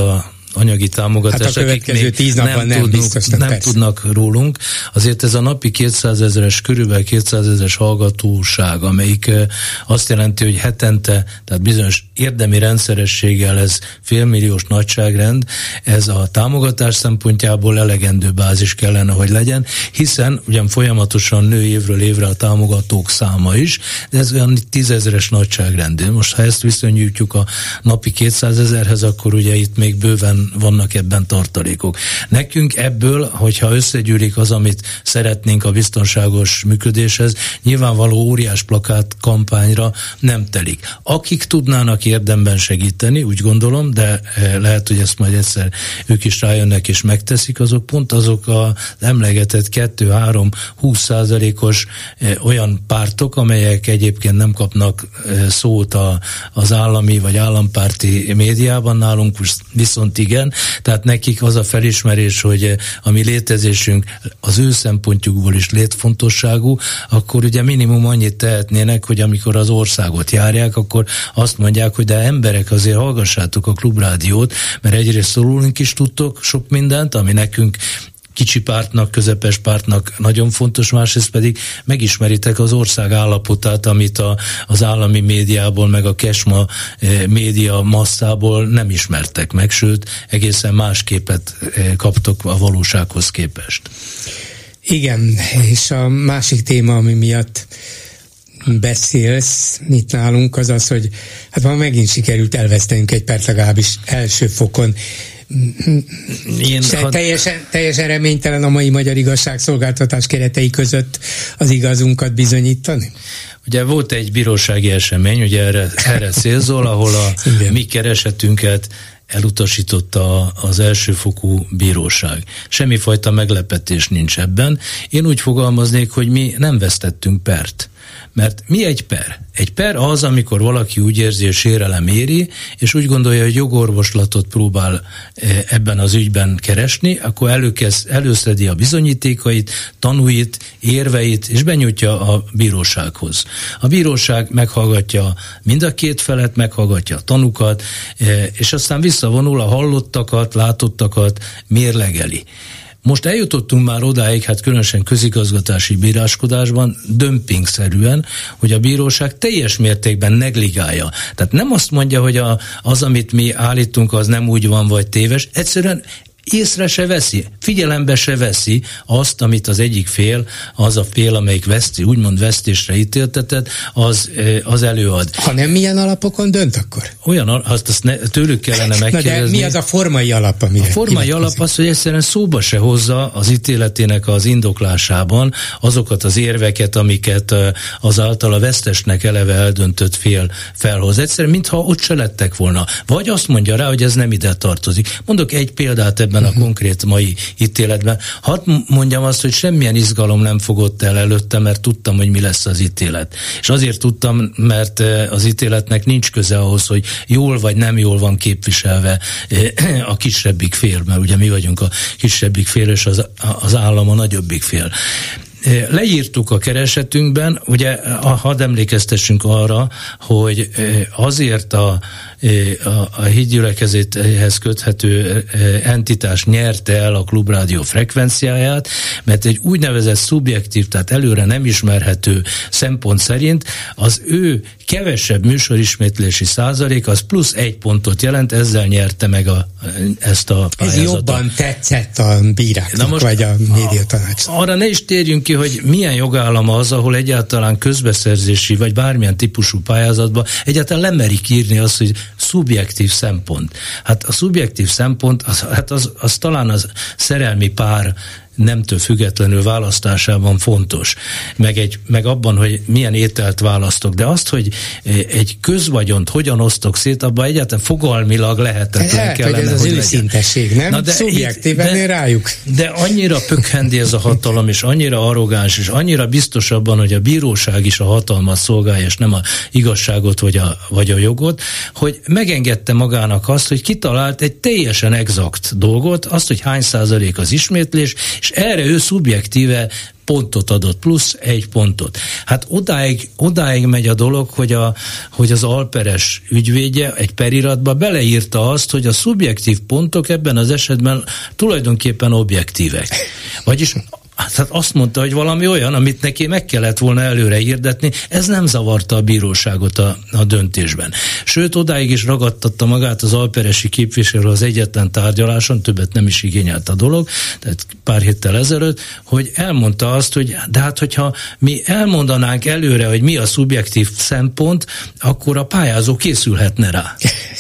anyagi támogatás, hát a következő tíz napban nem, nem, tudunk, biztos, nem, nem tudnak rólunk. Azért ez a napi kétszázezeres, körülbelül kétszázezeres hallgatóság, amelyik azt jelenti, hogy hetente, tehát bizonyos érdemi rendszerességgel ez félmilliós nagyságrend, ez a támogatás szempontjából elegendő bázis kellene, hogy legyen, hiszen ugyan folyamatosan nő évről évre a támogatók száma is, de ez olyan tízezeres nagyságrendű. Most ha ezt viszonyítjuk a napi kétszázezerhez, akkor ugye itt még bőven vannak ebben tartalékok. Nekünk ebből, hogyha összegyűlik az, amit szeretnénk a biztonságos működéshez, nyilvánvaló óriás plakát kampányra nem telik. Akik tudnának érdemben segíteni, úgy gondolom, de lehet, hogy ezt majd egyszer ők is rájönnek és megteszik, azok pont azok az emlegetett kettő, három, húsz százalékos olyan pártok, amelyek egyébként nem kapnak szót a, az állami vagy állampárti médiában, nálunk viszont igen, tehát nekik az a felismerés, hogy a mi létezésünk az ő szempontjukból is létfontosságú, akkor ugye minimum annyit tehetnének, hogy amikor az országot járják, akkor azt mondják, hogy de emberek, azért hallgassátok a Klubrádiót, mert egyrészt rólunk is tudtok sok mindent, ami nekünk kicsi pártnak, közepes pártnak nagyon fontos, másrészt pedig megismeritek az ország állapotát, amit a, az állami médiából, meg a Kesma eh, média masszából nem ismertek meg, sőt, egészen más képet eh, kaptok a valósághoz képest. Igen, és a másik téma, ami miatt beszélsz itt nálunk, az az, hogy hát már megint sikerült elvesztenünk egy pert legalábbis első fokon. Én, had... teljesen, teljesen reménytelen a mai magyar igazságszolgáltatás keretei között az igazunkat bizonyítani? Ugye volt egy bírósági esemény, ugye erre, erre célzol, ahol a mi keresetünket elutasította az elsőfokú bíróság. Semmifajta meglepetés nincs ebben. Én úgy fogalmaznék, hogy mi nem vesztettünk pert. Mert mi egy per? Egy per az, amikor valaki úgy érzi, hogy sérelem éri, és úgy gondolja, hogy jogorvoslatot próbál ebben az ügyben keresni, akkor előkezd, előszedi a bizonyítékait, tanúit, érveit, és benyújtja a bírósághoz. A bíróság meghallgatja mind a két felet, meghallgatja a tanukat, és aztán visszavonul a hallottakat, látottakat, mérlegeli. Most eljutottunk már odáig, hát különösen közigazgatási bíráskodásban, dömpingszerűen, hogy a bíróság teljes mértékben negligálja. Tehát nem azt mondja, hogy a, az, amit mi állítunk, az nem úgy van, vagy téves, egyszerűen észre se veszi, figyelembe se veszi azt, amit az egyik fél, az a fél, amelyik veszti, úgymond vesztésre ítéltetett, az, az előad. Ha nem milyen alapokon dönt akkor? Olyan, azt, azt ne, tőlük kellene megkérdezni. Na de mi az a formai alap, amire A formai alap az, hogy egyszerűen szóba se hozza az ítéletének az indoklásában azokat az érveket, amiket az által a vesztesnek eleve eldöntött fél felhoz. Egyszerűen, mintha ott se lettek volna. Vagy azt mondja rá, hogy ez nem ide tartozik. Mondok egy példát ebben a konkrét mai ítéletben. Hadd mondjam azt, hogy semmilyen izgalom nem fogott el előtte, mert tudtam, hogy mi lesz az ítélet. És azért tudtam, mert az ítéletnek nincs köze ahhoz, hogy jól vagy nem jól van képviselve a kisebbik fél, mert ugye mi vagyunk a kisebbik fél, és az, az állam a nagyobbik fél. Leírtuk a keresetünkben, ugye hadd emlékeztessünk arra, hogy azért a, a, a hídgyülekezethez köthető entitás nyerte el a Klubrádió frekvenciáját, mert egy úgynevezett szubjektív, tehát előre nem ismerhető szempont szerint az ő kevesebb műsorismétlési százalék az plusz egy pontot jelent, ezzel nyerte meg a, ezt a pályázatot. Ez jobban tetszett a bíráknak, most vagy a médiatanácsnak. Arra ne is térjünk ki, hogy milyen jogállam az, ahol egyáltalán közbeszerzési, vagy bármilyen típusú pályázatban egyáltalán lemerik írni azt, hogy szubjektív szempont. Hát a szubjektív szempont, az, hát az, az talán az szerelmi pár nemtől függetlenül választásában fontos, meg, egy, meg abban, hogy milyen ételt választok, de azt, hogy egy közvagyont hogyan osztok szét, abban egyáltalán fogalmilag lehetetlen hát, kellene, hogy ez az őszintesség, nem? Na de szubjektíven de, rájuk. De annyira pökhendi ez a hatalom, és annyira arrogáns, és annyira biztos abban, hogy a bíróság is a hatalmat szolgálja, és nem a igazságot, vagy a, vagy a jogot, hogy megengedte magának azt, hogy kitalált egy teljesen exakt dolgot, azt, hogy hány százalék az ismétlés, és És erre ő szubjektíve pontot adott, plusz egy pontot. Hát odáig, odáig megy a dolog, hogy, a, hogy az alperes ügyvédje egy periratba beleírta azt, hogy a szubjektív pontok ebben az esetben tulajdonképpen objektívek. Vagyis hát azt mondta, hogy valami olyan, amit neki meg kellett volna előre hirdetni, ez nem zavarta a bíróságot a, a döntésben. Sőt, odáig is ragadtatta magát az alperesi képviselő az egyetlen tárgyaláson, többet nem is igényelt a dolog, tehát pár héttel ezelőtt, hogy elmondta azt, hogy de hát, hogyha mi elmondanánk előre, hogy mi a szubjektív szempont, akkor a pályázó készülhetne rá.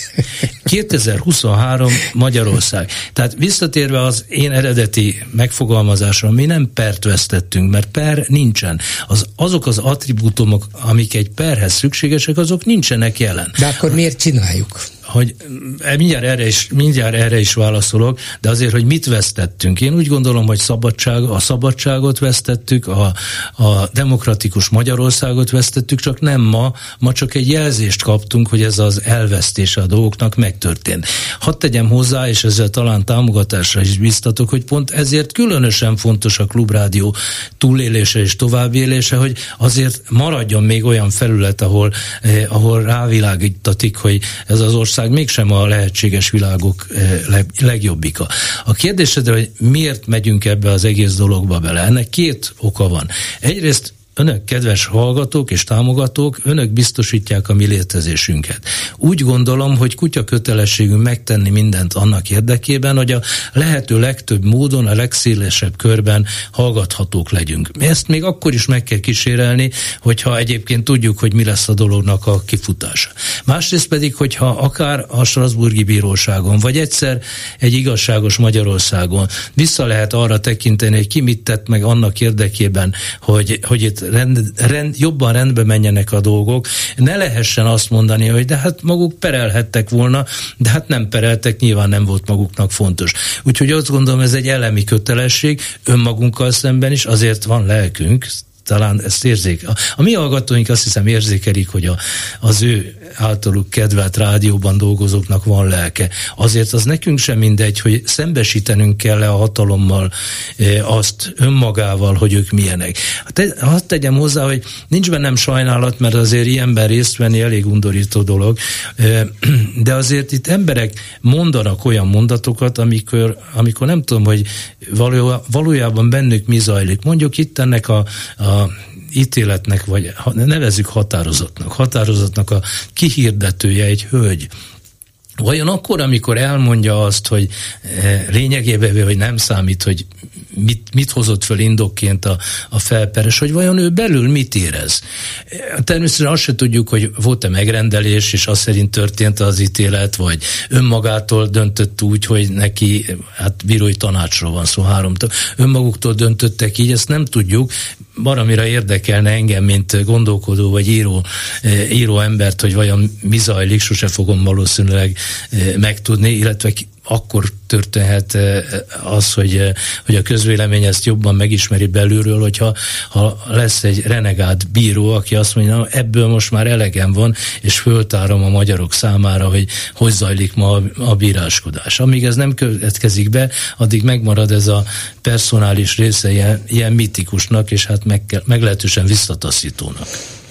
kétezer-huszonhárom Magyarország. Tehát visszatérve az én eredeti megfogalmazásra, mi nem pert vesztettünk, mert per nincsen. Az, azok az attribútumok, amik egy perhez szükségesek, azok nincsenek jelen. De akkor miért csináljuk? Hogy mindjárt erre is, mindjárt erre is válaszolok, de azért, hogy mit vesztettünk. Én úgy gondolom, hogy szabadság, a szabadságot vesztettük, a, a demokratikus Magyarországot vesztettük, csak nem ma, ma csak egy jelzést kaptunk, hogy ez az elvesztése a dolgoknak megtörtént. Hadd tegyem hozzá, és ezzel talán támogatásra is biztatok, hogy pont ezért különösen fontos a Klubrádió túlélése és továbbélése, hogy azért maradjon még olyan felület, ahol, eh, ahol rávilágítatik, hogy ez az ország mégsem a lehetséges világok legjobbika. A kérdésedre, hogy miért megyünk ebbe az egész dologba bele, ennek két oka van. Egyrészt önök, kedves hallgatók és támogatók, önök biztosítják a mi létezésünket. Úgy gondolom, hogy kutya kötelességünk megtenni mindent annak érdekében, hogy a lehető legtöbb módon, a legszélesebb körben hallgathatók legyünk. Ezt még akkor is meg kell kísérelni, hogyha egyébként tudjuk, hogy mi lesz a dolognak a kifutása. Másrészt pedig, hogyha akár a Strasbourgi Bíróságon, vagy egyszer egy igazságos Magyarországon vissza lehet arra tekinteni, hogy ki mit tett meg annak érdekében, hogy, hogy itt Rend, rend, jobban rendbe menjenek a dolgok, ne lehessen azt mondani, hogy de hát maguk perelhettek volna, de hát nem pereltek, nyilván nem volt maguknak fontos. Úgyhogy azt gondolom, ez egy elemi kötelesség, önmagunkkal szemben is, azért van lelkünk, talán ezt érzék. A, a mi hallgatóink azt hiszem érzékelik, hogy a, az ő általuk kedvelt rádióban dolgozóknak van lelke. Azért az nekünk sem mindegy, hogy szembesítenünk kell a hatalommal, e, azt önmagával, hogy ők milyenek. Te, hadd tegyem hozzá, hogy nincs bennem sajnálat, mert azért ilyenben részt venni elég undorító dolog, e, de azért itt emberek mondanak olyan mondatokat, amikor, amikor nem tudom, hogy való, valójában bennük mi zajlik. Mondjuk itt ennek a, a ítéletnek, vagy nevezzük határozatnak, határozatnak a kihirdetője egy hölgy. Vajon akkor, amikor elmondja azt, hogy lényegében, hogy nem számít, hogy mit, mit hozott föl indokként a, a felperes, hogy vajon ő belül mit érez? Természetesen azt se tudjuk, hogy volt-e megrendelés, és az szerint történt az ítélet, vagy önmagától döntött úgy, hogy neki, hát bírói tanácsról van szó, három, önmaguktól döntöttek így, ezt nem tudjuk. Baromira érdekelne engem, mint gondolkodó vagy író, író embert, hogy vajon mi zajlik, sose fogom valószínűleg megtudni, illetve akkor történhet az, hogy, hogy a közvélemény ezt jobban megismeri belülről, hogyha ha lesz egy renegád bíró, aki azt mondja, na, ebből most már elegem van, és föltárom a magyarok számára, hogy hogy zajlik ma a, a bíráskodás. Amíg ez nem következik be, addig megmarad ez a personális része ilyen, ilyen mitikusnak, és hát meg, meglehetősen visszataszítónak.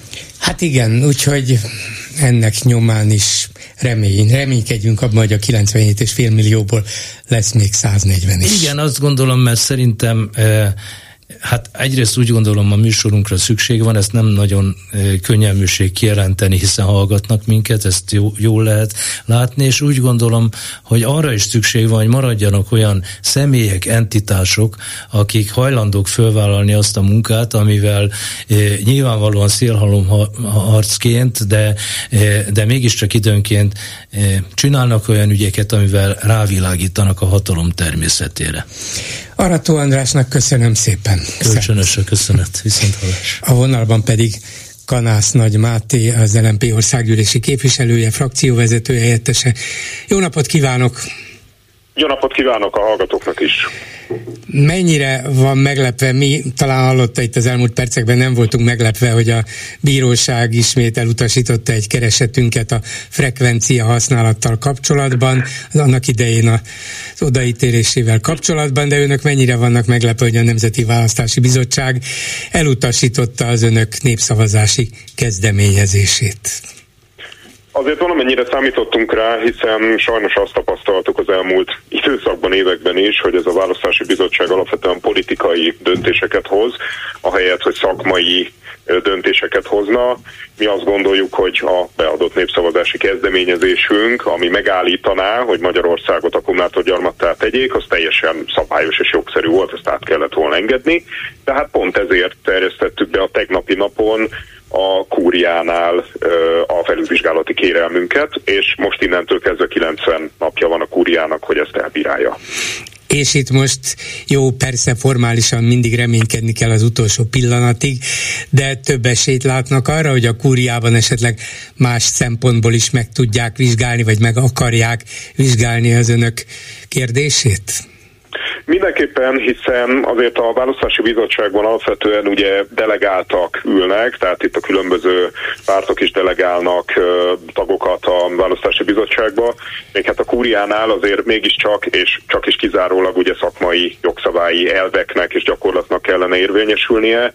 Hát igen, úgyhogy ennek nyomán is remény, reménykedjünk abban, hogy a kilencvenhét egész öt millióból lesz még száznegyven is. Igen, azt gondolom, mert szerintem eh, hát egyrészt úgy gondolom, a műsorunkra szükség van, ezt nem nagyon e, könnyelműség kijelenteni, hiszen hallgatnak minket, ezt jó, jól lehet látni, és úgy gondolom, hogy arra is szükség van, hogy maradjanak olyan személyek, entitások, akik hajlandók fölvállalni azt a munkát, amivel e, nyilvánvalóan szélhalomharcként, de, e, de mégiscsak időnként e, csinálnak olyan ügyeket, amivel rávilágítanak a hatalom természetére. Arató Andrásnak köszönöm szépen. Kölcsönös a köszönet, viszont hallás. A vonalban pedig Kanász Nagy Máté, az el em pé országgyűlési képviselője, frakcióvezetője helyettese. Jó napot kívánok! Jó napot kívánok a hallgatóknak is! Mennyire van meglepve, mi talán hallotta itt az elmúlt percekben, nem voltunk meglepve, hogy a bíróság ismét elutasította egy keresetünket a frekvencia használattal kapcsolatban, az annak idején az odaítélésével kapcsolatban, de önök mennyire vannak meglepve, hogy a Nemzeti Választási Bizottság elutasította az önök népszavazási kezdeményezését? Azért valamennyire számítottunk rá, hiszen sajnos azt tapasztaltuk az elmúlt időszakban, években is, hogy ez a Választási Bizottság alapvetően politikai döntéseket hoz, ahelyett, hogy szakmai döntéseket hozna. Mi azt gondoljuk, hogy a beadott népszavazási kezdeményezésünk, ami megállítaná, hogy Magyarországot akkumulátorgyarmattá tegyék, az teljesen szabályos és jogszerű volt, ezt át kellett volna engedni. Tehát pont ezért terjesztettük be a tegnapi napon a kúriánál a felülvizsgálati kérelmünket, és most innentől kezdve kilencven napja van a kúriának, hogy ezt elbírálja. És itt most jó, persze formálisan mindig reménykedni kell az utolsó pillanatig, de több esélyt látnak arra, hogy a kúriában esetleg más szempontból is meg tudják vizsgálni, vagy meg akarják vizsgálni az önök kérdését? Mindenképpen, hiszen azért a Választási Bizottságban alapvetően ugye delegáltak ülnek, tehát itt a különböző pártok is delegálnak tagokat a Választási Bizottságba, még hát a kúriánál azért mégiscsak és csak is kizárólag ugye szakmai jogszabályi elveknek és gyakorlatnak kellene érvényesülnie.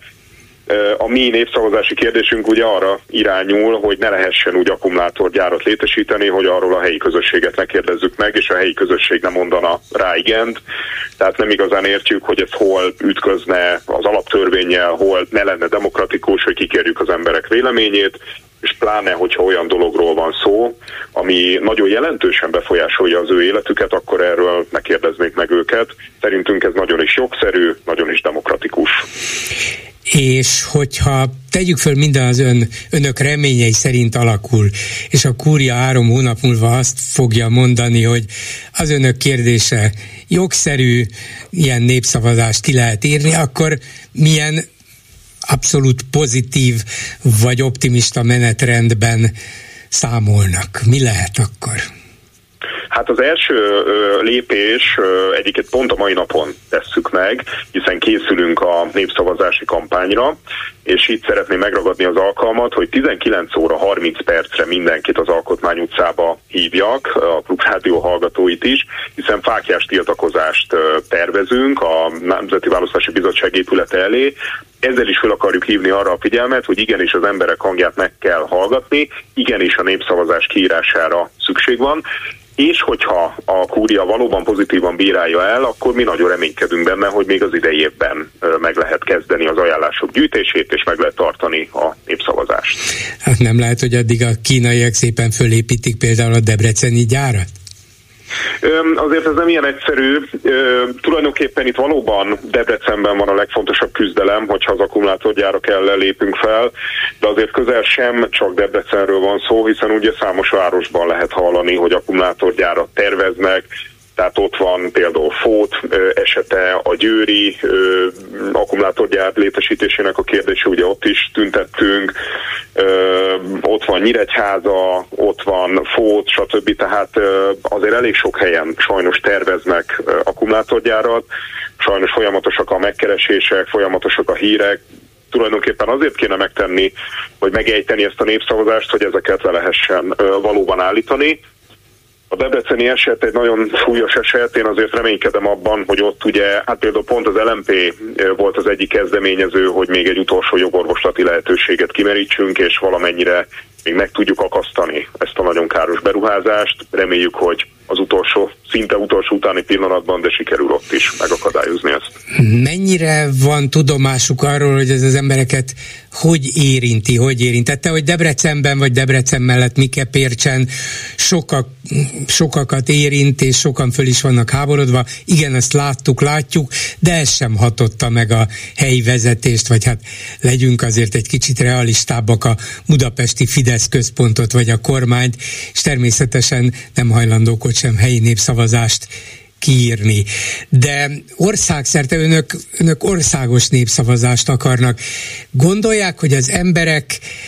A mi népszavazási kérdésünk ugye arra irányul, hogy ne lehessen úgy akkumulátorgyárat létesíteni, hogy arról a helyi közösséget ne kérdezzük meg, és a helyi közösség nem mondana rá igent. Tehát nem igazán értjük, hogy ez hol ütközne az alaptörvénnyel, hol ne lenne demokratikus, hogy kikérjük az emberek véleményét, és pláne, hogyha olyan dologról van szó, ami nagyon jelentősen befolyásolja az ő életüket, akkor erről ne kérdeznék meg őket. Szerintünk ez nagyon is jogszerű, nagyon is demokratikus. És hogyha tegyük föl, minden az ön, önök reményei szerint alakul, és a kúria három hónap múlva azt fogja mondani, hogy az önök kérdése jogszerű, ilyen népszavazást ki lehet írni, akkor milyen abszolút pozitív vagy optimista menetrendben számolnak? Mi lehet akkor? Hát az első ö, lépés ö, egyiket pont a mai napon tesszük meg, hiszen készülünk a népszavazási kampányra, és itt szeretném megragadni az alkalmat, hogy tizenkilenc óra harminc percre mindenkit az Alkotmány utcába hívjak, a Klubrádió hallgatóit is, hiszen fáklyás tiltakozást ö, tervezünk a Nemzeti Választási Bizottság épülete elé. Ezzel is fel akarjuk hívni arra a figyelmet, hogy igenis az emberek hangját meg kell hallgatni, igenis a népszavazás kiírására szükség van, és hogyha a kúria valóban pozitívan bírálja el, akkor mi nagyon reménykedünk benne, hogy még az idei évben meg lehet kezdeni az ajánlások gyűjtését, és meg lehet tartani a népszavazást. Hát nem lehet, hogy addig a kínaiak szépen fölépítik például a debreceni gyárat? Azért ez nem ilyen egyszerű. Tulajdonképpen itt valóban Debrecenben van a legfontosabb küzdelem, hogyha az akkumulátorgyárak ellen lépünk fel, de azért közel sem csak Debrecenről van szó, hiszen ugye számos városban lehet hallani, hogy akkumulátorgyárat terveznek, tehát ott van például Fót esete, a győri ö, akkumulátorgyár létesítésének a kérdése, ugye ott is tüntettünk, ö, ott van Nyíregyháza, ott van Fót, stb. Tehát ö, azért elég sok helyen sajnos terveznek ö, akkumulátorgyárat, sajnos folyamatosak a megkeresések, folyamatosak a hírek, tulajdonképpen azért kéne megtenni, hogy megejteni ezt a népszavazást, hogy ezeket le lehessen ö, valóban állítani. A debreceni eset egy nagyon súlyos eset, én azért reménykedem abban, hogy ott ugye, hát például pont az el em pé volt az egyik kezdeményező, hogy még egy utolsó jogorvoslati lehetőséget kimerítsünk, és valamennyire még meg tudjuk akasztani ezt a nagyon káros beruházást. Reméljük, hogy az utolsó, szinte utolsó utáni pillanatban, de sikerül ott is megakadályozni ezt. Mennyire van tudomásuk arról, hogy ez az embereket hogy érinti, hogy érintette, hogy Debrecenben vagy Debrecen mellett Mikepércsen sokak, sokakat érint, és sokan föl is vannak háborodva. Igen, ezt láttuk, látjuk, de ez sem hatotta meg a helyi vezetést, vagy hát legyünk azért egy kicsit realistábbak, a budapesti Fidesz központot, vagy a kormányt, és természetesen nem hajlandók ott sem helyi népszavazást kiírni. De országszerte önök, önök országos népszavazást akarnak. Gondolják, hogy az emberek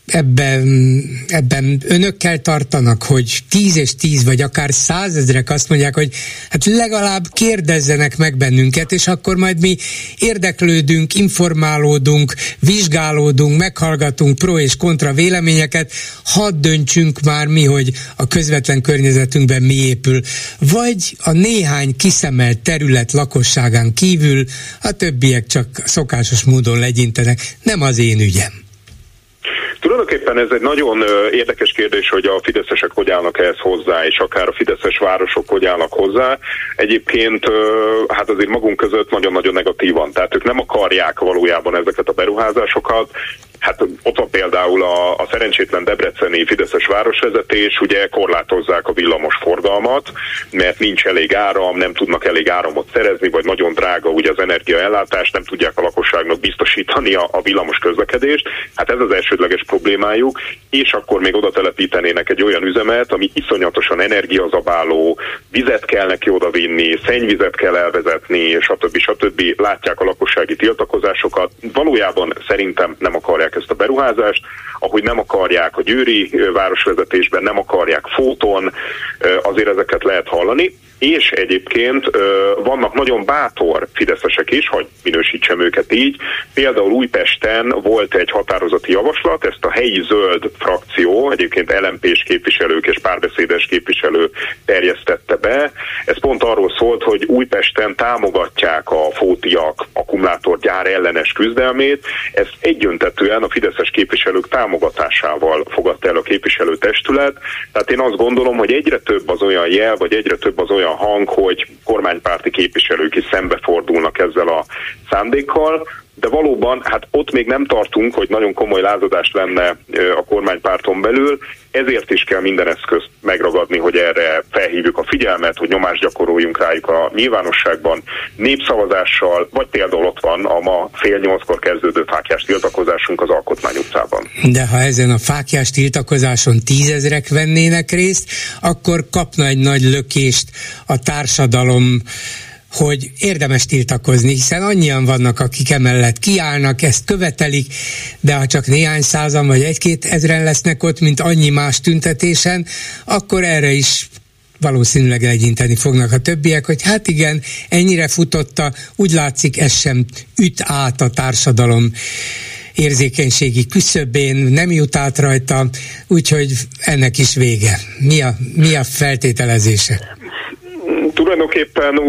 ebben, ebben önökkel tartanak, hogy tíz és tíz, vagy akár százezrek azt mondják, hogy hát legalább kérdezzenek meg bennünket, és akkor majd mi érdeklődünk, informálódunk, vizsgálódunk, meghallgatunk pro és kontra véleményeket, hadd döntsünk már mi, hogy a közvetlen környezetünkben mi épül. Vagy a néhány kiszemelt terület lakosságán kívül a többiek csak szokásos módon legyintenek. Nem az én ügyem. Tulajdonképpen ez egy nagyon érdekes kérdés, hogy a fideszesek hogy állnak ehhez hozzá, és akár a fideszes városok hogy állnak hozzá. Egyébként hát azért magunk között nagyon-nagyon negatívan, tehát ők nem akarják valójában ezeket a beruházásokat. Hát ott van például a, a szerencsétlen debreceni fideszes városvezetés, ugye korlátozzák a villamos forgalmat, mert nincs elég áram, nem tudnak elég áramot szerezni, vagy nagyon drága ugye az energiaellátás, nem tudják a lakosságnak biztosítani a, a villamos közlekedést. Hát ez az elsődleges problémájuk, és akkor még oda telepítenének egy olyan üzemet, ami iszonyatosan energiazabáló, vizet kell neki odavinni, szennyvizet kell elvezetni, stb. stb. Látják a lakossági tiltakozásokat. Valójában szerintem nem akarják ezt a beruházást, ahogy nem akarják a győri városvezetésben, nem akarják Fóton, azért ezeket lehet hallani. És egyébként vannak nagyon bátor fideszesek is, hogy minősítsem őket így. Például Újpesten volt egy határozati javaslat, ezt a helyi zöld frakció, egyébként el em pés képviselők és párbeszédes képviselő terjesztette be. Ez pont arról szólt, hogy Újpesten támogatják a fótiak akkumulátorgyár ellenes küzdelmét. Ezt egyöntetően a fideszes képviselők támogatásával fogadta el a képviselőtestület. Tehát én azt gondolom, hogy egyre több az olyan jel, vagy egyre több az olyan hang, hogy kormánypárti képviselők is szembefordulnak ezzel a szándékkal, de valóban hát ott még nem tartunk, hogy nagyon komoly lázadást lenne a kormánypárton belül, ezért is kell minden eszközt megragadni, hogy erre felhívjuk a figyelmet, hogy nyomást gyakoroljunk rájuk a nyilvánosságban, népszavazással, vagy például ott van a ma fél nyolckor kezdődő fáklyás tiltakozásunk az Alkotmány utcában. De ha ezen a fáklyás tiltakozáson tízezrek vennének részt, akkor kapna egy nagy lökést a társadalom, hogy érdemes tiltakozni, hiszen annyian vannak, akik emellett kiállnak, ezt követelik, de ha csak néhány százan vagy egy-két ezren lesznek ott, mint annyi más tüntetésen, akkor erre is valószínűleg legyinteni fognak a többiek, hogy hát igen, ennyire futotta, úgy látszik, ez sem üt át a társadalom érzékenységi küszöbén, nem jut át rajta, úgyhogy ennek is vége. Mi a, mi a feltételezése? Tulajdonképpen,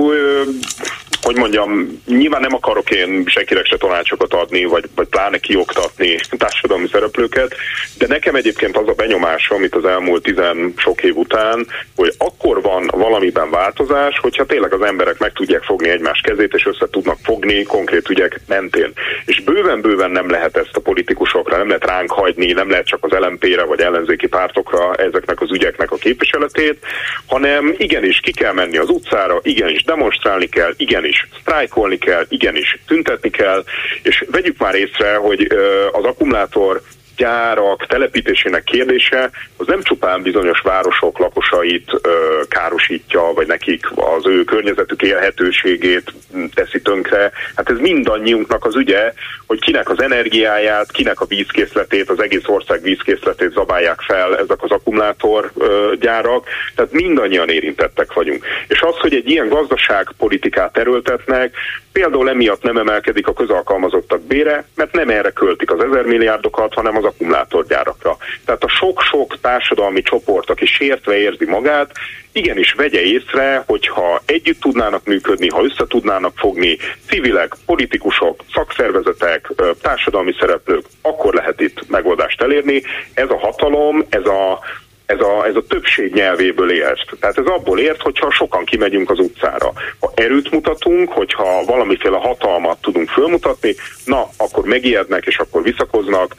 hogy mondjam, nyilván nem akarok én senkinek se tanácsokat adni, vagy, vagy pláne kioktatni társadalmi szereplőket, de nekem egyébként az a benyomásom, itt az elmúlt tizen sok év után, hogy akkor van valamiben változás, hogyha tényleg az emberek meg tudják fogni egymás kezét, és össze tudnak fogni konkrét ügyek mentén. És bőven-bőven nem lehet ezt a politikusokra, nem lehet ránk hagyni, nem lehet csak az el em pére vagy ellenzéki pártokra ezeknek az ügyeknek a képviseletét, hanem igenis ki kell menni az utcára, igenis demonstrálni kell, igenis sztrájkolni kell, igenis tüntetni kell, és vegyük már észre, hogy az akkumulátor gyárak telepítésének kérdése az nem csupán bizonyos városok lakosait ö, károsítja, vagy nekik az ő környezetük élhetőségét teszi tönkre. Hát ez mindannyiunknak az ügye, hogy kinek az energiáját, kinek a vízkészletét, az egész ország vízkészletét zabálják fel ezek az akkumulátor ö, gyárak. Tehát mindannyian érintettek vagyunk. És az, hogy egy ilyen gazdaságpolitikát erőltetnek, például emiatt nem emelkedik a közalkalmazottak bére, mert nem erre költik az ezer milliárdokat, hanem az akkumulátorgyárakra. Tehát a sok-sok társadalmi csoport, aki sértve érzi magát, igenis vegye észre, hogyha együtt tudnának működni, ha össze tudnának fogni civilek, politikusok, szakszervezetek, társadalmi szereplők, akkor lehet itt megoldást elérni. Ez a hatalom, ez a Ez a, ez a többség nyelvéből ért. Tehát ez abból ért, hogyha sokan kimegyünk az utcára. Ha erőt mutatunk, hogyha valamiféle hatalmat tudunk fölmutatni, na, akkor megijednek, és akkor visszakoznak.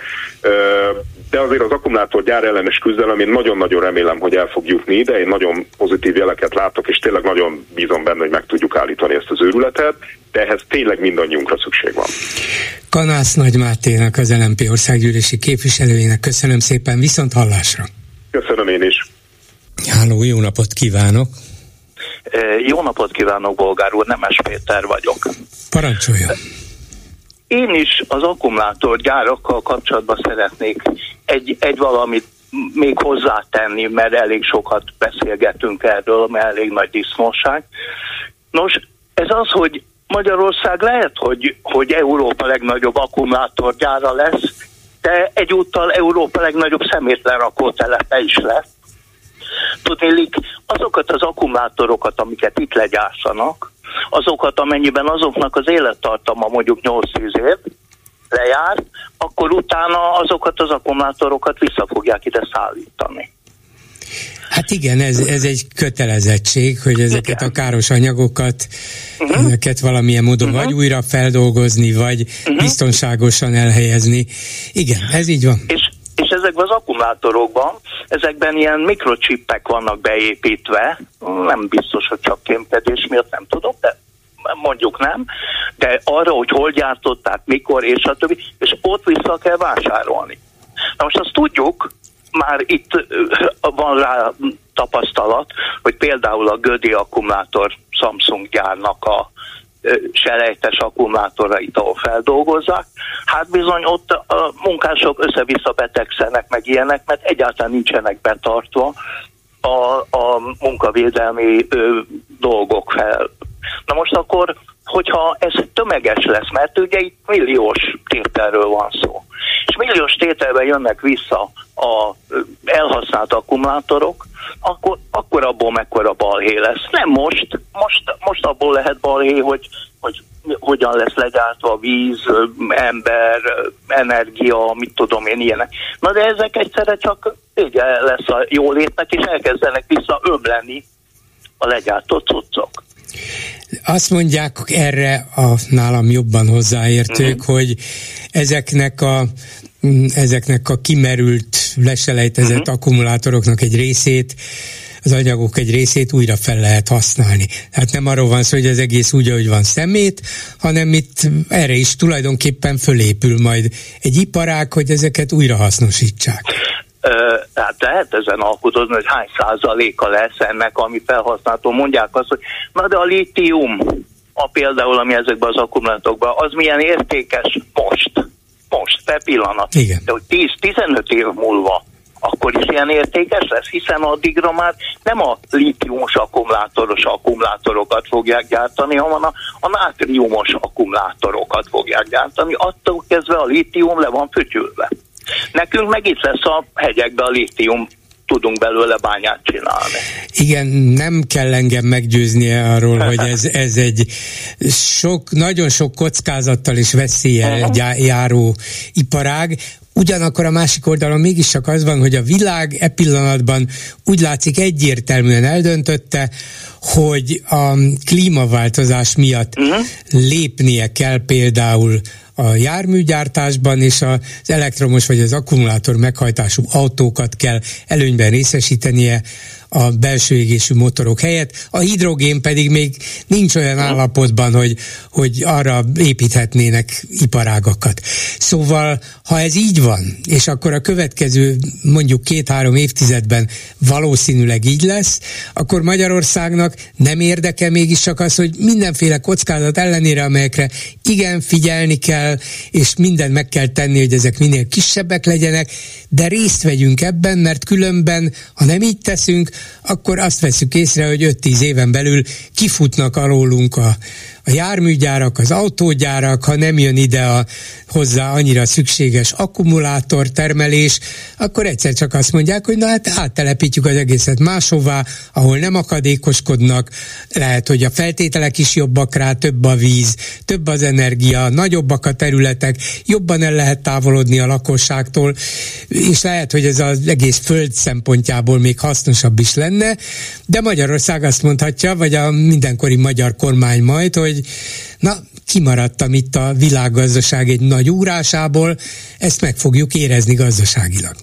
De azért az akkumulátorgyár ellenes küzdelem, én nagyon-nagyon remélem, hogy el fog jutni ide. Én nagyon pozitív jeleket látok, és tényleg nagyon bízom benne, hogy meg tudjuk állítani ezt az őrületet, de ehhez tényleg mindannyiunkra szükség van. Kanász Nagy Máténak, az el em pé országgyűlési képviselőjének köszönöm szépen, viszont hallásra. Köszönöm én is. Háló, jó napot kívánok! Jó napot kívánok, Bolgár úr, Nemes Péter vagyok. Parancsoljon! Én is az akkumulátorgyárakkal kapcsolatban szeretnék egy, egy valamit még hozzátenni, mert elég sokat beszélgetünk erről, mert elég nagy disznóság. Nos, ez az, hogy Magyarország lehet, hogy, hogy Európa legnagyobb akkumulátorgyára lesz, de egyúttal Európa legnagyobb szemétlerakótelepe is lesz. Tudnélik, azokat az akkumulátorokat, amiket itt legyártanak, azokat, amennyiben azoknak az élettartama mondjuk nyolc-tíz év lejár, akkor utána azokat az akkumulátorokat vissza fogják ide szállítani. Hát igen, ez, ez egy kötelezettség, hogy ezeket igen. a káros anyagokat, uh-huh. ezeket valamilyen módon uh-huh. vagy újra feldolgozni, vagy uh-huh. biztonságosan elhelyezni. Igen, ez így van. És, és ezekben az akkumulátorokban, ezekben ilyen mikrocsippek vannak beépítve, nem biztos, hogy csak kémkedés miatt, nem tudom, de mondjuk nem, de arra, hogy hol gyártották, mikor, és a többi, és ott vissza kell vásárolni. Na most azt tudjuk, már itt van rá tapasztalat, hogy például a Gödi akkumulátor Samsung gyárnak a selejtes akkumulátorait, ahol feldolgozzák, hát bizony ott a munkások össze-vissza betegszenek meg ilyenek, mert egyáltalán nincsenek betartva a, a munkavédelmi ö, dolgok fel. Na most akkor, hogyha ez tömeges lesz, mert ugye itt milliós tételről van szó, és milliós tételben jönnek vissza a elhasznált akkumulátorok, akkor, akkor abból mekkora balhé lesz. Nem most, most, most abból lehet balhé, hogy, hogy hogyan lesz legyártva víz, ember, energia, mit tudom én, ilyenek. Na de ezek egyszerre csak vége lesz a jólétnek, és elkezdenek visszaömleni a legyártott cuccok. Azt mondják erre a nálam jobban hozzáértők, mm. hogy ezeknek a, ezeknek a kimerült, leselejtezett mm. akkumulátoroknak egy részét, az anyagok egy részét újra fel lehet használni. Tehát nem arról van szó, hogy az egész úgy, ahogy van szemét, hanem itt erre is tulajdonképpen fölépül majd egy iparág, hogy ezeket újra hasznosítsák. Tehát lehet ezen alkudozni, hogy hány százaléka lesz ennek, ami felhasználható. Mondják azt, hogy na de a lítium, a például, ami ezekben az akkumulátorokban, az milyen értékes most, most, per pillanat. Igen. De hogy tíz-tizenöt év múlva akkor is ilyen értékes lesz, hiszen addigra már nem a lítiumos akkumulátoros akkumulátorokat fogják gyártani, hanem a, a nátriumos akkumulátorokat fogják gyártani. Attól kezdve a lítium le van fütyülve. Nekünk meg itt lesz a hegyekben a lítium, tudunk belőle bányát csinálni. Igen, nem kell engem meggyőznie arról, hogy ez, ez egy sok, nagyon sok kockázattal és veszéllyel uh-huh. járó iparág. Ugyanakkor a másik oldalon mégis csak az van, hogy a világ e pillanatban úgy látszik egyértelműen eldöntötte, hogy a klímaváltozás miatt uh-huh. lépnie kell például a járműgyártásban, és az elektromos vagy az akkumulátor meghajtású autókat kell előnyben részesítenie a belső égésű motorok helyett. A hidrogén pedig még nincs olyan állapotban, hogy, hogy arra építhetnének iparágakat. Szóval, ha ez így van, és akkor a következő mondjuk két-három évtizedben valószínűleg így lesz, akkor Magyarországnak nem érdeke mégiscsak az, hogy mindenféle kockázat ellenére, amelyekre igen figyelni kell, és mindent meg kell tenni, hogy ezek minél kisebbek legyenek, de részt vegyünk ebben, mert különben, ha nem így teszünk, akkor azt veszük észre, hogy öt-tíz éven belül kifutnak alólunk a, a járműgyárak, az autógyárak, ha nem jön ide a, hozzá annyira szükséges akkumulátortermelés, akkor egyszer csak azt mondják, hogy na hát áttelepítjük az egészet máshová, ahol nem akadékoskodnak, lehet, hogy a feltételek is jobbak rá, több a víz, több az energia, nagyobbak a területek, jobban el lehet távolodni a lakosságtól, és lehet, hogy ez az egész föld szempontjából még hasznosabb is lenne, de Magyarország azt mondhatja, vagy a mindenkori magyar kormány majd, hogy na, kimaradtam itt a világgazdaság egy nagy úrásából, ezt meg fogjuk érezni gazdaságilag.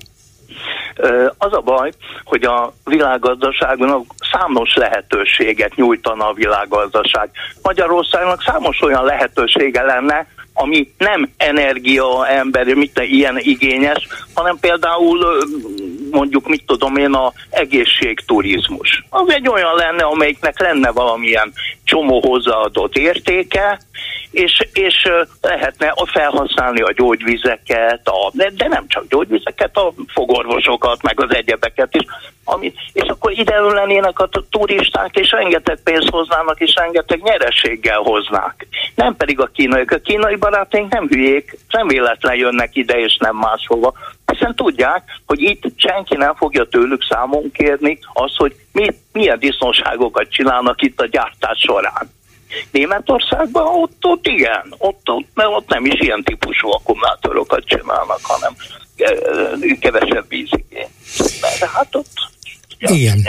Az a baj, hogy a világgazdaságnak számos lehetőséget nyújtana a világgazdaság. Magyarországnak számos olyan lehetősége lenne, ami nem energia, ember, mit ilyen igényes, hanem például mondjuk, mit tudom én, a egészségturizmus. Az egy olyan lenne, amelyiknek lenne valamilyen csomó hozzáadott értéke, és, és lehetne felhasználni a gyógyvizeket, a, de, de nem csak gyógyvizeket, a fogorvosokat, meg az egyebeket is, amit, és akkor ide lennének a turisták, és rengeteg pénzt hoznának, és rengeteg nyereséggel hoznák. Nem pedig a kínaiak. A kínai barátaink nem hülyék, nem véletlen jönnek ide, és nem máshova, hiszen tudják, hogy itt senki nem fogja tőlük számon kérni azt, hogy mi, milyen disznóságokat csinálnak itt a gyártás során. Németországban ott, ott igen, ott, ott, mert ott nem is ilyen típusú akkumulátorokat csinálnak, hanem kevesebb vízigény. De hát ott igen.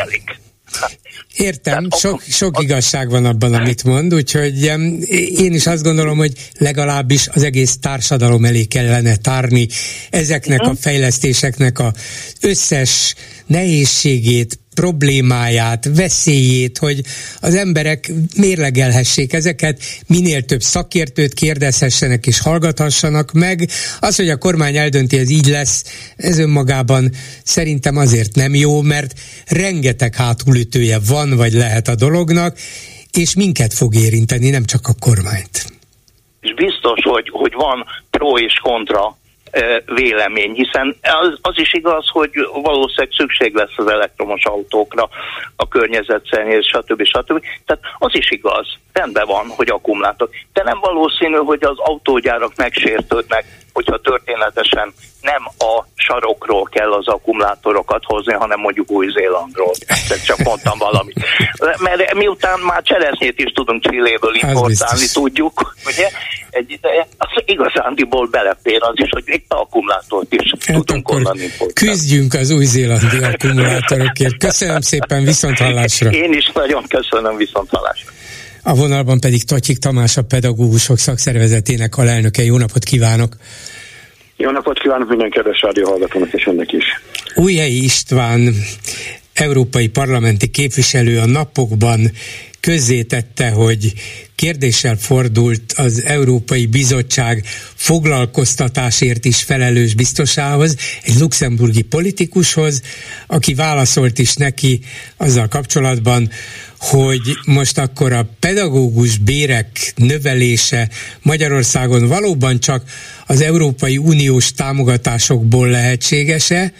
Értem, sok, sok igazság van abban, amit mond, úgyhogy én is azt gondolom, hogy legalábbis az egész társadalom elé kellene tárni ezeknek a fejlesztéseknek az összes nehézségét, problémáját, veszélyét, hogy az emberek mérlegelhessék ezeket, minél több szakértőt kérdezhessenek és hallgathassanak meg. Az, hogy a kormány eldönti, ez így lesz, ez önmagában szerintem azért nem jó, mert rengeteg hátulütője van, vagy lehet a dolognak, és minket fog érinteni, nem csak a kormányt. És biztos, hogy, hogy van pro és kontra vélemény, hiszen az, az is igaz, hogy valószínűleg szükség lesz az elektromos autókra, a környezetszennyezés, stb. stb. Tehát az is igaz, rendben van, hogy akkumulátor. De nem valószínű, hogy az autógyárak megsértődnek, hogyha történetesen nem a sarokról kell az akkumulátorokat hozni, hanem mondjuk Új-Zélandról. Tehát csak mondtam valamit. Mert miután már cseresznyét is tudunk Chiléből importálni, tudjuk, ugye, egy ideje, az igazándiból belefér az is, hogy itt akkumulátort is hát tudunk onnan importálni. Küzdjünk az új-zélandi akkumulátorokért. Köszönöm szépen, viszonthallásra. Én is nagyon köszönöm, viszonthallásra. A vonalban pedig Totyik Tamás, a Pedagógusok Szakszervezetének alelnöke. Jó napot kívánok! Jó napot kívánok minden kedves rádióhallgatónak és ennek is. Újhelyi István, európai parlamenti képviselő a napokban közzétette, hogy kérdéssel fordult az Európai Bizottság foglalkoztatásért is felelős biztosához, egy luxemburgi politikushoz, aki válaszolt is neki azzal kapcsolatban, hogy most akkor a pedagógus bérek növelése Magyarországon valóban csak az Európai Uniós támogatásokból lehetséges-e,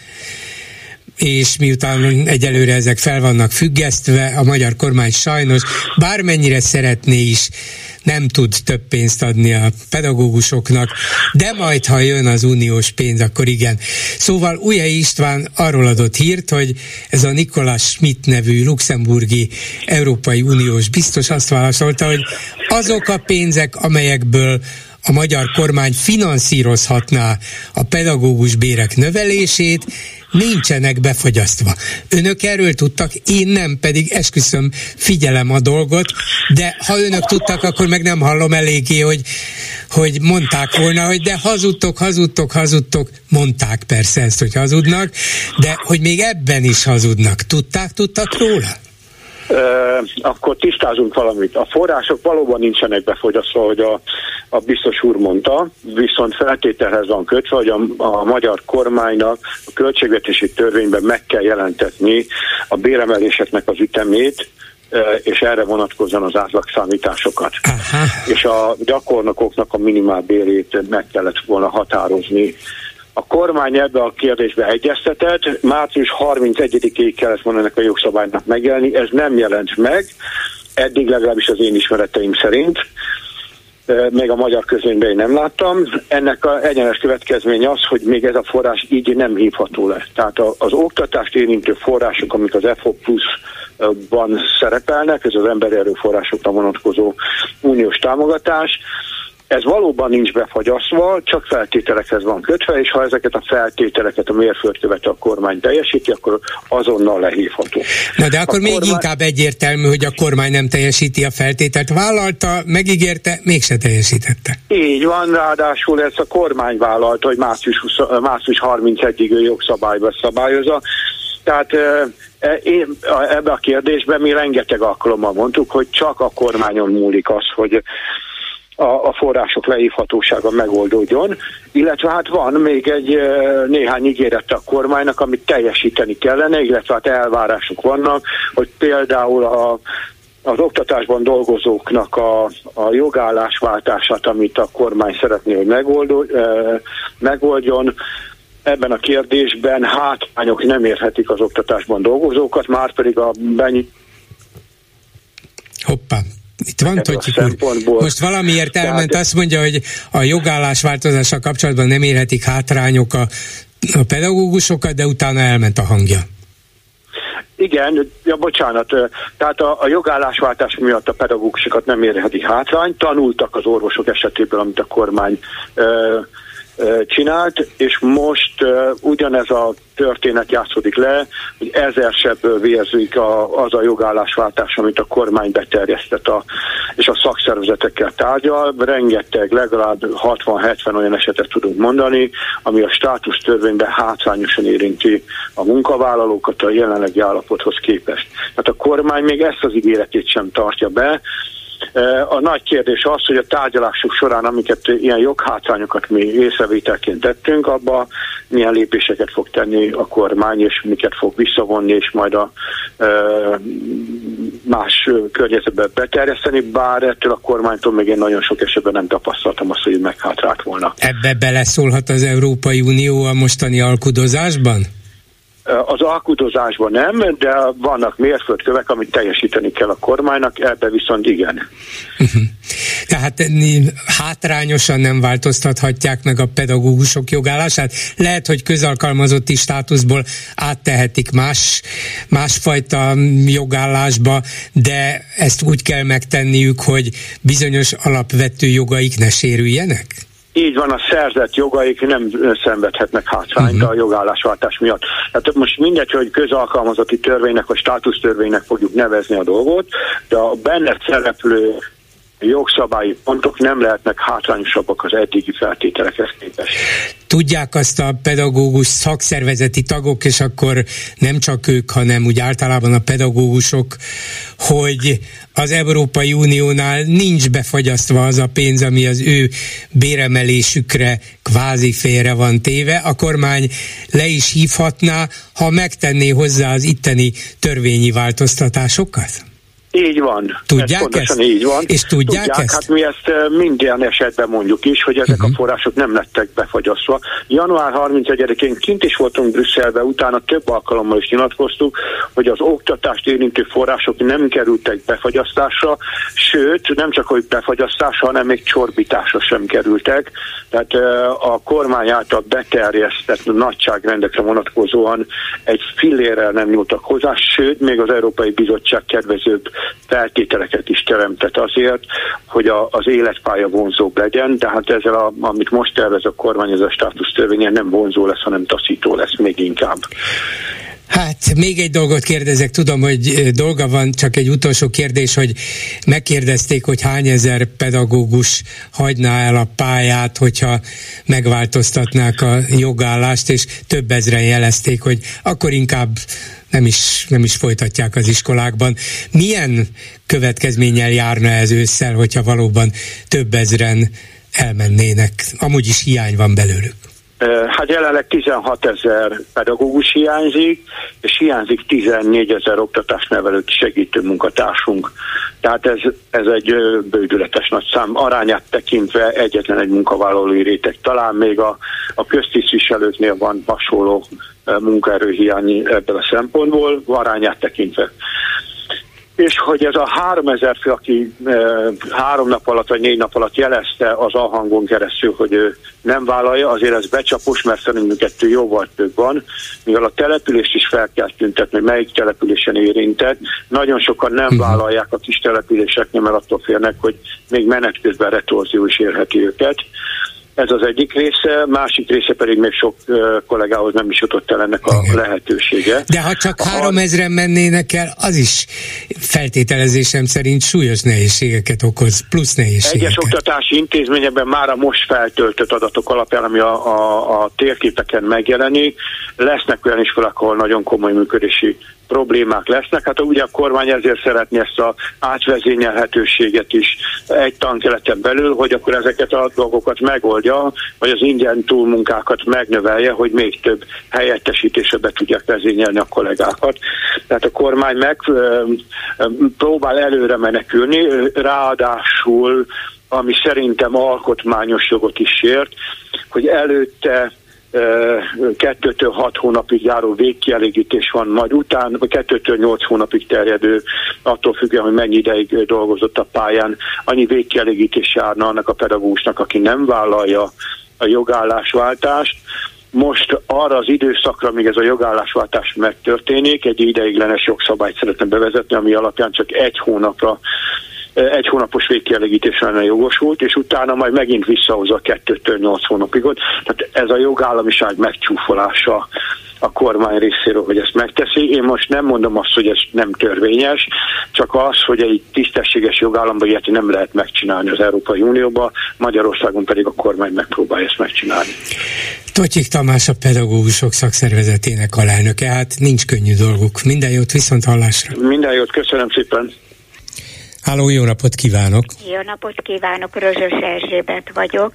és miután egyelőre ezek fel vannak függesztve, a magyar kormány sajnos bármennyire szeretné is, nem tud több pénzt adni a pedagógusoknak, de majd, ha jön az uniós pénz, akkor igen. Szóval Újhelyi István arról adott hírt, hogy ez a Nicolas Schmidt nevű luxemburgi Európai Uniós biztos azt válaszolta, hogy azok a pénzek, amelyekből a magyar kormány finanszírozhatná a pedagógus bérek növelését, nincsenek befagyasztva. Önök erről tudtak, én nem, pedig esküszöm, figyelem a dolgot, de ha önök tudtak, akkor meg nem hallom eléggé, hogy, hogy mondták volna, hogy de hazudtok, hazudtok, hazudtok, mondták persze ezt, hogy hazudnak, de hogy még ebben is hazudnak. Tudták, tudtak róla? Uh, akkor tisztázunk valamit. A források valóban nincsenek befogyasztva, hogy a, a biztos úr mondta, viszont feltételhez van kötve, hogy a, a magyar kormánynak a költségvetési törvényben meg kell jelentetni a béremeléseknek az ütemét, uh, és erre vonatkozóan az átlagszámításokat. Aha. És a gyakornokoknak a minimálbérét meg kellett volna határozni. A kormány ebbe a kérdésbe egyeztetett, március harmincegyedikéig kellett volna ennek a jogszabálynak megjelenni, ez nem jelent meg, eddig legalábbis az én ismereteim szerint, még a magyar közönben én nem láttam. Ennek az egyenes következménye az, hogy még ez a forrás így nem hívható le. Tehát az oktatást érintő források, amik az F O Plus-ban szerepelnek, ez az emberi erőforrásokra vonatkozó uniós támogatás, ez valóban nincs befagyasztva, csak feltételekhez van kötve, és ha ezeket a feltételeket a mérföldkövet a kormány teljesíti, akkor azonnal lehívható. Na de akkor a még kormány... inkább egyértelmű, hogy a kormány nem teljesíti a feltételt. Vállalta, megígérte, mégse teljesítette. Így van, ráadásul ezt a kormány vállalta, hogy március harmincegyedikéig jogszabályba szabályozza. Tehát én, ebbe a kérdésben mi rengeteg alkalommal mondtuk, hogy csak a kormányon múlik az, hogy a, a források leívhatósága megoldódjon, illetve hát van még egy néhány ígérete a kormánynak, amit teljesíteni kellene, illetve hát elvárások vannak, hogy például a az oktatásban dolgozóknak a, a jogállásváltását, amit a kormány szeretné, hogy megoldó, eh, megoldjon. Ebben a kérdésben hátrányok nem érhetik az oktatásban dolgozókat, már pedig a beny... Hoppá. Itt van, hogy most valamiért elment, azt mondja, hogy a jogállás változással kapcsolatban nem érhetik hátrányok a, a pedagógusokat, de utána elment a hangja. Igen, ja, bocsánat, tehát a, a jogállásváltás miatt a pedagógusokat nem érheti hátrány, tanultak az orvosok esetében, amit a kormány ö, ö, csinált, és most ö, ugyanez a történet játszódik le, hogy ezersebből vérzik a, az a jogállásváltás, amit a kormány beterjesztett, a, és a szakszervezetekkel tárgyal. Rengeteg, legalább hatvan-hetven olyan esetet tudunk mondani, ami a státusztörvényben hátrányosan érinti a munkavállalókat a jelenlegi állapothoz képest. Tehát a kormány még ezt az ígéretét sem tartja be. A nagy kérdés az, hogy a tárgyalások során, amiket ilyen joghátrányokat mi észrevételként tettünk, abba milyen lépéseket fog tenni a kormány, és miket fog visszavonni, és majd a e, más környezetbe beterjeszteni, bár ettől a kormánytól még én nagyon sok esetben nem tapasztaltam azt, hogy meghátrált volna. Ebbe beleszólhat az Európai Unió a mostani alkudozásban? Az alkudozásban nem, de vannak mérföldkövek, amit teljesíteni kell a kormánynak, ebbe viszont igen. Uh-huh. Tehát hátrányosan nem változtathatják meg a pedagógusok jogállását. Lehet, hogy közalkalmazotti státuszból áttehetik más, másfajta jogállásba, de ezt úgy kell megtenniük, hogy bizonyos alapvető jogaik ne sérüljenek? Így van, a szerzett jogaik nem szenvedhetnek hátrányt uh-huh. a jogállásváltás miatt. Tehát most mindegy, hogy közalkalmazotti törvénynek vagy státusztörvénynek fogjuk nevezni a dolgot, de a benne szereplő jogszabályi pontok nem lehetnek hátrányosabbak az eddigi feltételekhez képest. Tudják azt a pedagógus szakszervezeti tagok, és akkor nem csak ők, hanem úgy általában a pedagógusok, hogy az Európai Uniónál nincs befagyasztva az a pénz, ami az ő béremelésükre kvázi félre van téve. A kormány le is hívhatná, ha megtenné hozzá az itteni törvényi változtatásokat? Így van. Tudják ez ezt? Így van. És tudják, tudják ezt? Hát mi ezt minden esetben mondjuk is, hogy ezek uh-huh. a források nem lettek befagyasztva. január harmincegyedikén kint is voltunk Brüsszelbe, utána több alkalommal is nyilatkoztuk, hogy az oktatást érintő források nem kerültek befagyasztásra, sőt, nem csak hogy befagyasztásra, hanem még csorbításra sem kerültek. Tehát a kormány által beterjesztett nagyságrendekre vonatkozóan egy fillérrel nem nyúltak hozzá, sőt, még az Európai Bizottság kedvezőbb feltételeket is teremtett azért, hogy a, az életpálya vonzóbb legyen, de hát ezzel, a, amit most tervez a kormány, ez a státusztörvényen nem vonzó lesz, hanem taszító lesz még inkább. Hát még egy dolgot kérdezek, tudom, hogy dolga van, csak egy utolsó kérdés, hogy megkérdezték, hogy hány ezer pedagógus hagyná el a pályát, hogyha megváltoztatnák a jogállást, és több ezren jelezték, hogy akkor inkább nem is, nem is folytatják az iskolákban. Milyen következménnyel járna ez ősszel, hogyha valóban több ezren elmennének? Amúgy is hiány van belőlük. Hát jelenleg tizenhat ezer pedagógus hiányzik, és hiányzik tizennégy ezer oktatásnevelő segítő munkatársunk. Tehát ez, ez egy bődületes nagy szám. Arányát tekintve egyetlen egy munkavállalói réteg. Talán még a, a köztisztviselőknél van hasonló munkaerőhiány ebből a szempontból, arányát tekintve. És hogy ez a háromezer fő, aki e, három nap alatt vagy négy nap alatt jelezte az A-hangon keresztül, hogy ő nem vállalja, azért ez becsapos, mert szerintünk kettő jóval több van, mivel a települést is fel kell tüntetni, hogy melyik településen érintett. Nagyon sokan nem vállalják a kis településeknél, mert attól félnek, hogy még menet közben retorzió is érheti őket. Ez az egyik része, másik része pedig még sok uh, kollégához nem is jutott el ennek a lehetősége. De ha csak három ezren mennének el, az is feltételezésem szerint súlyos nehézségeket okoz, plusz nehézségeket. Egyes oktatási intézményekben már a most feltöltött adatok alapján, ami a, a, a térképeken megjelenik, lesznek olyan iskolák, ahol nagyon komoly működési problémák lesznek. Hát ugye a kormány ezért szeretné ezt az átvezényelhetőséget is egy tankeleten belül, hogy akkor ezeket a dolgokat megoldja, vagy az ingyen túlmunkákat megnövelje, hogy még több helyettesítésre be tudják vezényelni a kollégákat. Tehát a kormány meg próbál előre menekülni, ráadásul, ami szerintem alkotmányos jogot is sért, hogy előtte kettőtől hat hónapig járó végkielégítés van, majd utána kettőtől nyolc hónapig terjedő, attól függően, hogy mennyi ideig dolgozott a pályán, annyi végkielégítés járna annak a pedagógusnak, aki nem vállalja a jogállásváltást. Most arra az időszakra, míg ez a jogállásváltás megtörténik, egy ideiglenes jogszabályt szeretne bevezetni, ami alapján csak egy hónapra egy hónapos végkielégítésre lenne jogosult, és utána majd megint visszahozza a kettőtől nyolc hónapig. Tehát ez a jogállamiság megcsúfolása a kormány részéről, hogy ezt megteszi. Én most nem mondom azt, hogy ez nem törvényes, csak az, hogy egy tisztességes jogállamban ilyet nem lehet megcsinálni az Európai Unióban, Magyarországon pedig a kormány megpróbálja ezt megcsinálni. Tocsik Tamás a pedagógusok szakszervezetének alelnöke, hát nincs könnyű dolguk. Minden jót, viszont hallásra. Minden jót, köszönöm szépen. Háló, jó napot kívánok! Jó napot kívánok, Rözsös Erzsébet vagyok.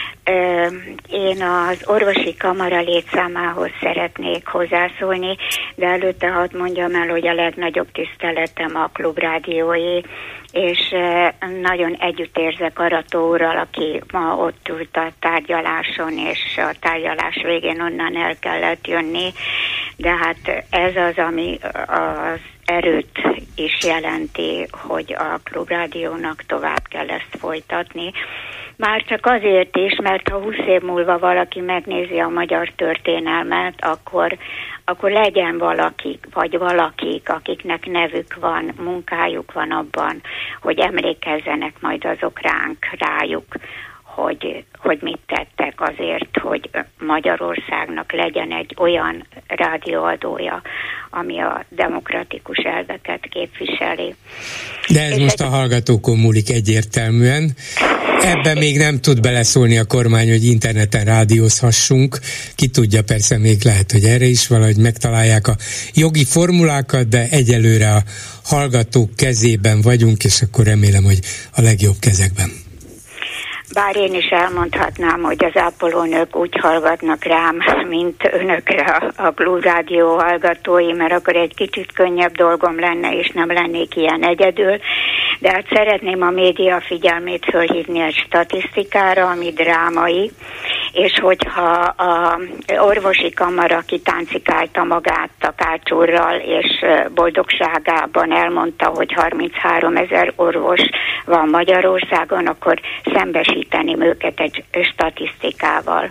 Én az orvosi kamara létszámához szeretnék hozzászólni, de előtte hadd mondjam el, hogy a legnagyobb tiszteletem a Klubrádióé, és nagyon együttérzek Arató úrral, aki ma ott ült a tárgyaláson, és a tárgyalás végén onnan el kellett jönni, de hát ez az, ami az erőt is jelenti, hogy a Klubrádiónak tovább kell ezt folytatni. Már csak azért is, mert ha húsz év múlva valaki megnézi a magyar történelmet, akkor, akkor legyen valakik, vagy valakik, akiknek nevük van, munkájuk van abban, hogy emlékezzenek majd azok ránk, rájuk, hogy, hogy mit tettek azért, hogy Magyarországnak legyen egy olyan rádióadója, ami a demokratikus elveket képviseli. De ez és most egy... a hallgatókon múlik egyértelműen. Ebben még nem tud beleszólni a kormány, hogy interneten rádiózhassunk. Ki tudja, persze még lehet, hogy erre is valahogy megtalálják a jogi formulákat, de egyelőre a hallgatók kezében vagyunk, és akkor remélem, hogy a legjobb kezekben. Bár én is elmondhatnám, hogy az ápolónők úgy hallgatnak rám, mint önökre a, a Klubrádió hallgatói, mert akkor egy kicsit könnyebb dolgom lenne, és nem lennék ilyen egyedül. De hát szeretném a média figyelmét fölhívni egy statisztikára, ami drámai, és hogyha a orvosi kamara kitáncikálta magát Takács úrral, és boldogságában elmondta, hogy harminchárom ezer orvos van Magyarországon, akkor szembesíteném őket egy statisztikával.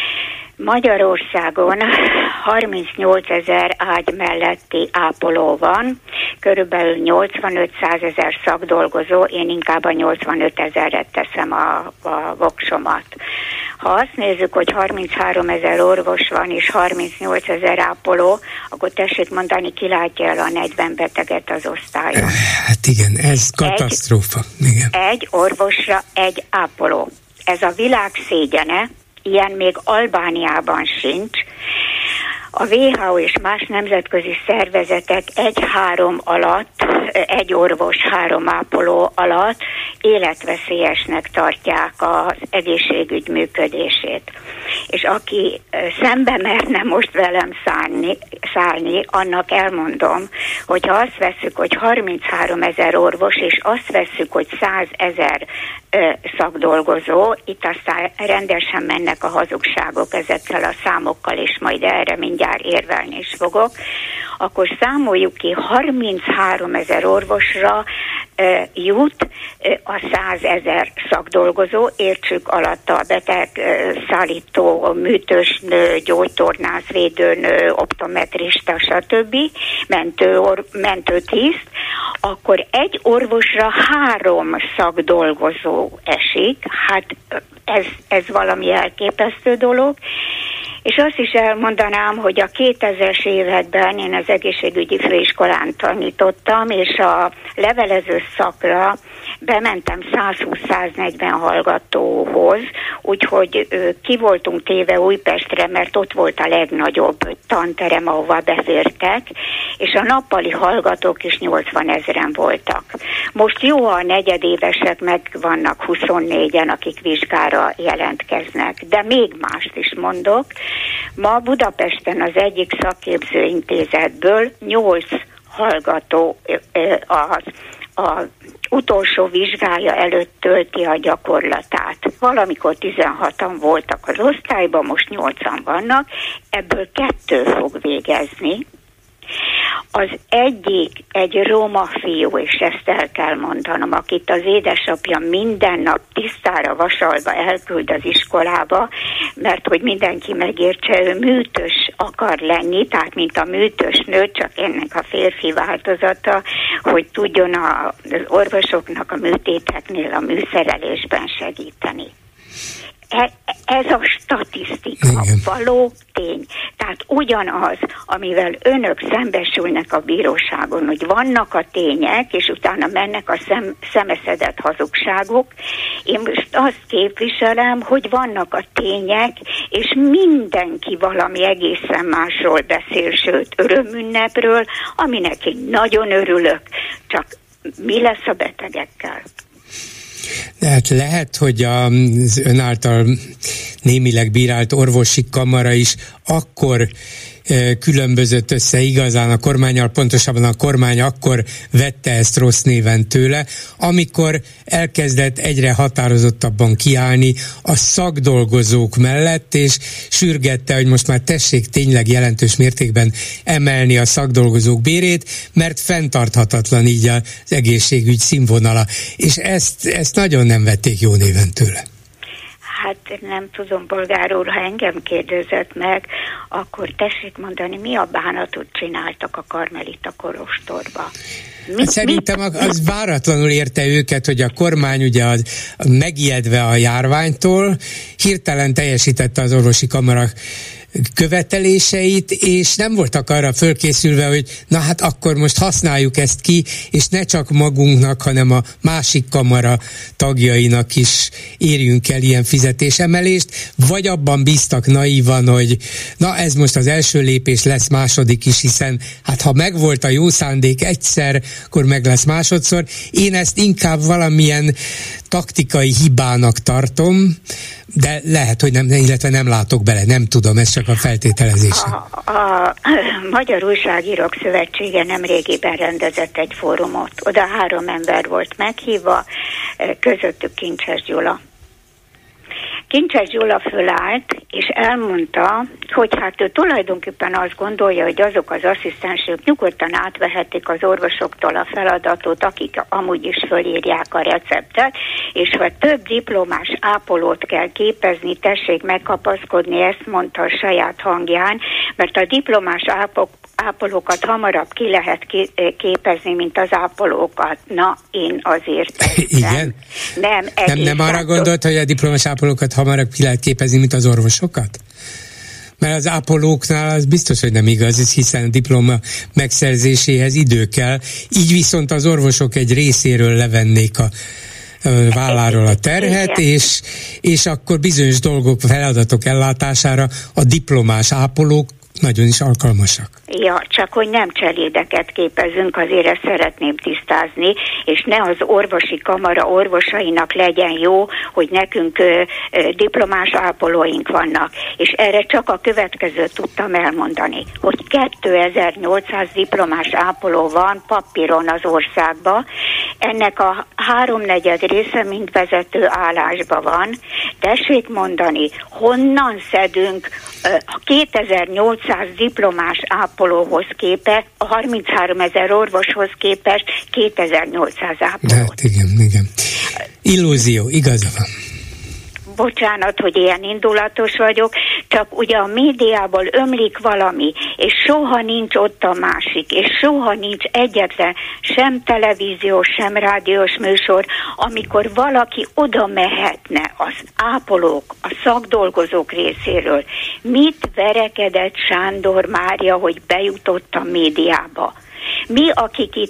Magyarországon harmincnyolcezer ágy melletti ápoló van, körülbelül nyolcvanöt-százezer szakdolgozó, én inkább a nyolcvanötezerre teszem a, a voksomat. Ha azt nézzük, hogy harminchárom ezer orvos van és harmincnyolcezer ápoló, akkor tessék mondani, ki látja el a negyven beteget az osztályon. Hát igen, ez katasztrófa. Egy, igen. egy orvosra egy ápoló. Ez a világ szégyene, ilyen még Albániában sincs. A vé há o és más nemzetközi szervezetek egy-három alatt, egy orvos, három ápoló alatt életveszélyesnek tartják az egészségügy működését. És aki szembe merne most velem szállni, szállni, annak elmondom, hogy ha azt vesszük, hogy harminchárom ezer orvos, és azt vesszük, hogy száz ezer szakdolgozó, itt aztán rendesen mennek a hazugságok ezekkel a számokkal, és majd erre mindjárt érvelni is fogok, akkor számoljuk ki, harminchárom ezer orvosra e, jut e, a száz ezer szakdolgozó, értsük alatt a beteg e, szállító, műtősnő, gyógytornász, védőnő, optometrista, stb. Mentő, or, mentőtiszt, akkor egy orvosra három szakdolgozó esik, hát ez, ez valami elképesztő dolog. És azt is elmondanám, hogy a kétezres években én az egészségügyi főiskolán tanítottam, és a levelező szakra bementem százhúsz-száznegyven hallgatóhoz, úgyhogy ki voltunk téve Újpestre, mert ott volt a legnagyobb tanterem, ahova befértek, és a nappali hallgatók is nyolcvanezren voltak. Most jó, a negyedévesek meg vannak huszonnégyen, akik vizsgára jelentkeznek, de még mást is mondok. Ma Budapesten az egyik szakképzőintézetből nyolc hallgató az a utolsó vizsgája előtt tölti a gyakorlatát. Valamikor tizenhatan voltak az osztályban, most nyolcan vannak, ebből kettő fog végezni. Az egyik egy roma fiú, és ezt el kell mondanom, akit az édesapja minden nap tisztára vasalva elküld az iskolába, mert hogy mindenki megértse, ő műtös akar lenni, tehát mint a műtös nő, csak ennek a férfi változata, hogy tudjon az orvosoknak a műtéteknél a műszerelésben segíteni. Ez a statisztika, igen, való tény. Tehát ugyanaz, amivel önök szembesülnek a bíróságon, hogy vannak a tények, és utána mennek a szem, szemeszedett hazugságok. Én most azt képviselem, hogy vannak a tények, és mindenki valami egészen másról beszél, sőt örömünnepről, aminek én nagyon örülök, csak mi lesz a betegekkel? De hát lehet, hogy az ön által némileg bírált orvosi kamara is akkor különbözött össze igazán a kormánnyal, pontosabban a kormány akkor vette ezt rossz néven tőle, amikor elkezdett egyre határozottabban kiállni a szakdolgozók mellett, és sürgette, hogy most már tessék tényleg jelentős mértékben emelni a szakdolgozók bérét, mert fenntarthatatlan így az egészségügy színvonala. És ezt, ezt nagyon nem vették jó néven tőle. Hát nem tudom, polgár úr, ha engem kérdezett meg, akkor tessék mondani, mi a bánatot csináltak a karmelita kolostorba? Mi, hát szerintem az váratlanul érte őket, hogy a kormány ugye az, megijedve a járványtól hirtelen teljesítette az orvosi kamara követeléseit, és nem voltak arra fölkészülve, hogy na hát akkor most használjuk ezt ki, és ne csak magunknak, hanem a másik kamara tagjainak is érjünk el ilyen fizetésemelést, vagy abban bíztak naívan, hogy na ez most az első lépés, lesz második is, hiszen hát ha megvolt a jó szándék egyszer, akkor meg lesz másodszor. Én ezt inkább valamilyen taktikai hibának tartom, de lehet, hogy nem, illetve nem látok bele, nem tudom, ez csak a feltételezésem. A, a Magyar Újságírók Szövetsége nemrégiben rendezett egy fórumot. Oda három ember volt meghívva, közöttük Kincses Gyula. Kincses Gyula fölállt, és elmondta, hogy hát ő tulajdonképpen azt gondolja, hogy azok az asszisztensök nyugodtan átvehetik az orvosoktól a feladatot, akik amúgy is fölírják a receptet, és ha több diplomás ápolót kell képezni, tessék megkapaszkodni, ezt mondta a saját hangján, mert a diplomás ápok ápolókat hamarabb ki lehet képezni, mint az ápolókat. Na, én azért igen? Nem, nem, nem arra gondolt, hogy a diplomás ápolókat hamarabb ki lehet képezni, mint az orvosokat? Mert az ápolóknál az biztos, hogy nem igaz, hiszen a diploma megszerzéséhez idő kell. Így viszont az orvosok egy részéről levennék a válláról a terhet, és, és akkor bizonyos dolgok, feladatok ellátására a diplomás ápolók nagyon is alkalmasak. Ja, csak hogy nem cselédeket képezünk, azért ezt szeretném tisztázni, és ne az orvosi kamara orvosainak legyen jó, hogy nekünk ö, ö, diplomás ápolóink vannak. És erre csak a következőt tudtam elmondani, hogy kétezer-nyolcszáz diplomás ápoló van papíron az országban, ennek a háromnegyed része mind vezető állásban van. Tessék mondani, honnan szedünk ö, a kétezer-nyolcszáz diplomás ápolóhoz képest, a harmincháromezer orvoshoz képest kétezer-nyolcszáz ápolót. Hát igen, igen. Illúzió, igaza van. Bocsánat, hogy ilyen indulatos vagyok, csak ugye a médiából ömlik valami, és soha nincs ott a másik, és soha nincs egyetlen sem televíziós, sem rádiós műsor, amikor valaki oda mehetne az ápolók, a szakdolgozók részéről. Mit verekedett Sándor Mária, hogy bejutott a médiába? Mi, akik itt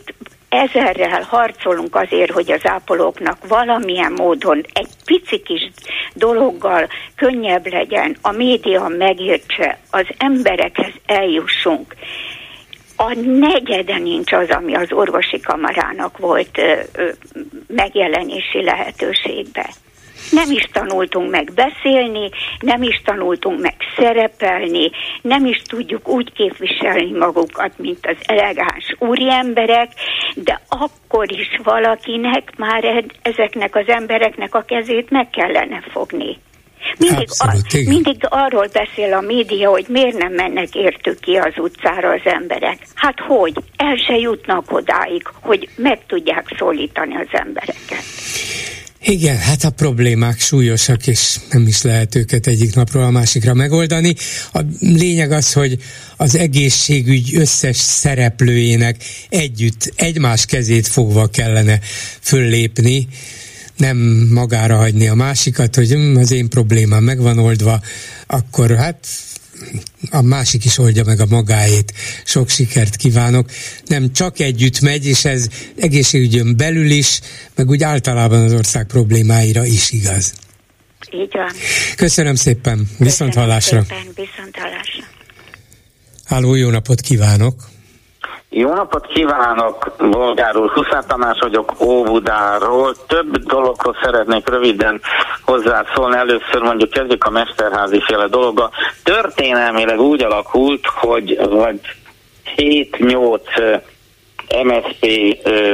ezerrel harcolunk azért, hogy az ápolóknak valamilyen módon egy pici kis dologgal könnyebb legyen, a média megértse, az emberekhez eljussunk. A negyede nincs az, ami az orvosi kamarának volt ö, ö, megjelenési lehetőségbe. Nem is tanultunk meg beszélni, nem is tanultunk meg szerepelni, nem is tudjuk úgy képviselni magukat, mint az elegáns úriemberek, de akkor is valakinek már ezeknek az embereknek a kezét meg kellene fogni. Mindig, Abszolút, a, mindig arról beszél a média, hogy miért nem mennek értük ki az utcára az emberek. Hát hogy? El se jutnak odáig, hogy meg tudják szólítani az embereket. Igen, hát a problémák súlyosak, és nem is lehet őket egyik napról a másikra megoldani. A lényeg az, hogy az egészségügy összes szereplőjének együtt, egymás kezét fogva kellene föllépni, nem magára hagyni a másikat, hogy az én problémám meg van oldva, akkor hát a másik is oldja meg a magáét. Sok sikert kívánok. Nem csak együtt megy, és ez egészségügyön belül is, meg úgy általában az ország problémáira is igaz. Így van. Köszönöm szépen. Viszont hallásra. Szépen. Viszont hallásra. Háló, jó napot kívánok. Jó napot kívánok, Bolgár úr, Huszár Tamás vagyok Óbudáról. Több dologról szeretnék röviden hozzászólni. Először mondjuk kezdjük a Mesterházi féle dolga. Történelmileg úgy alakult, hogy vagy hét-nyolc em es zé pé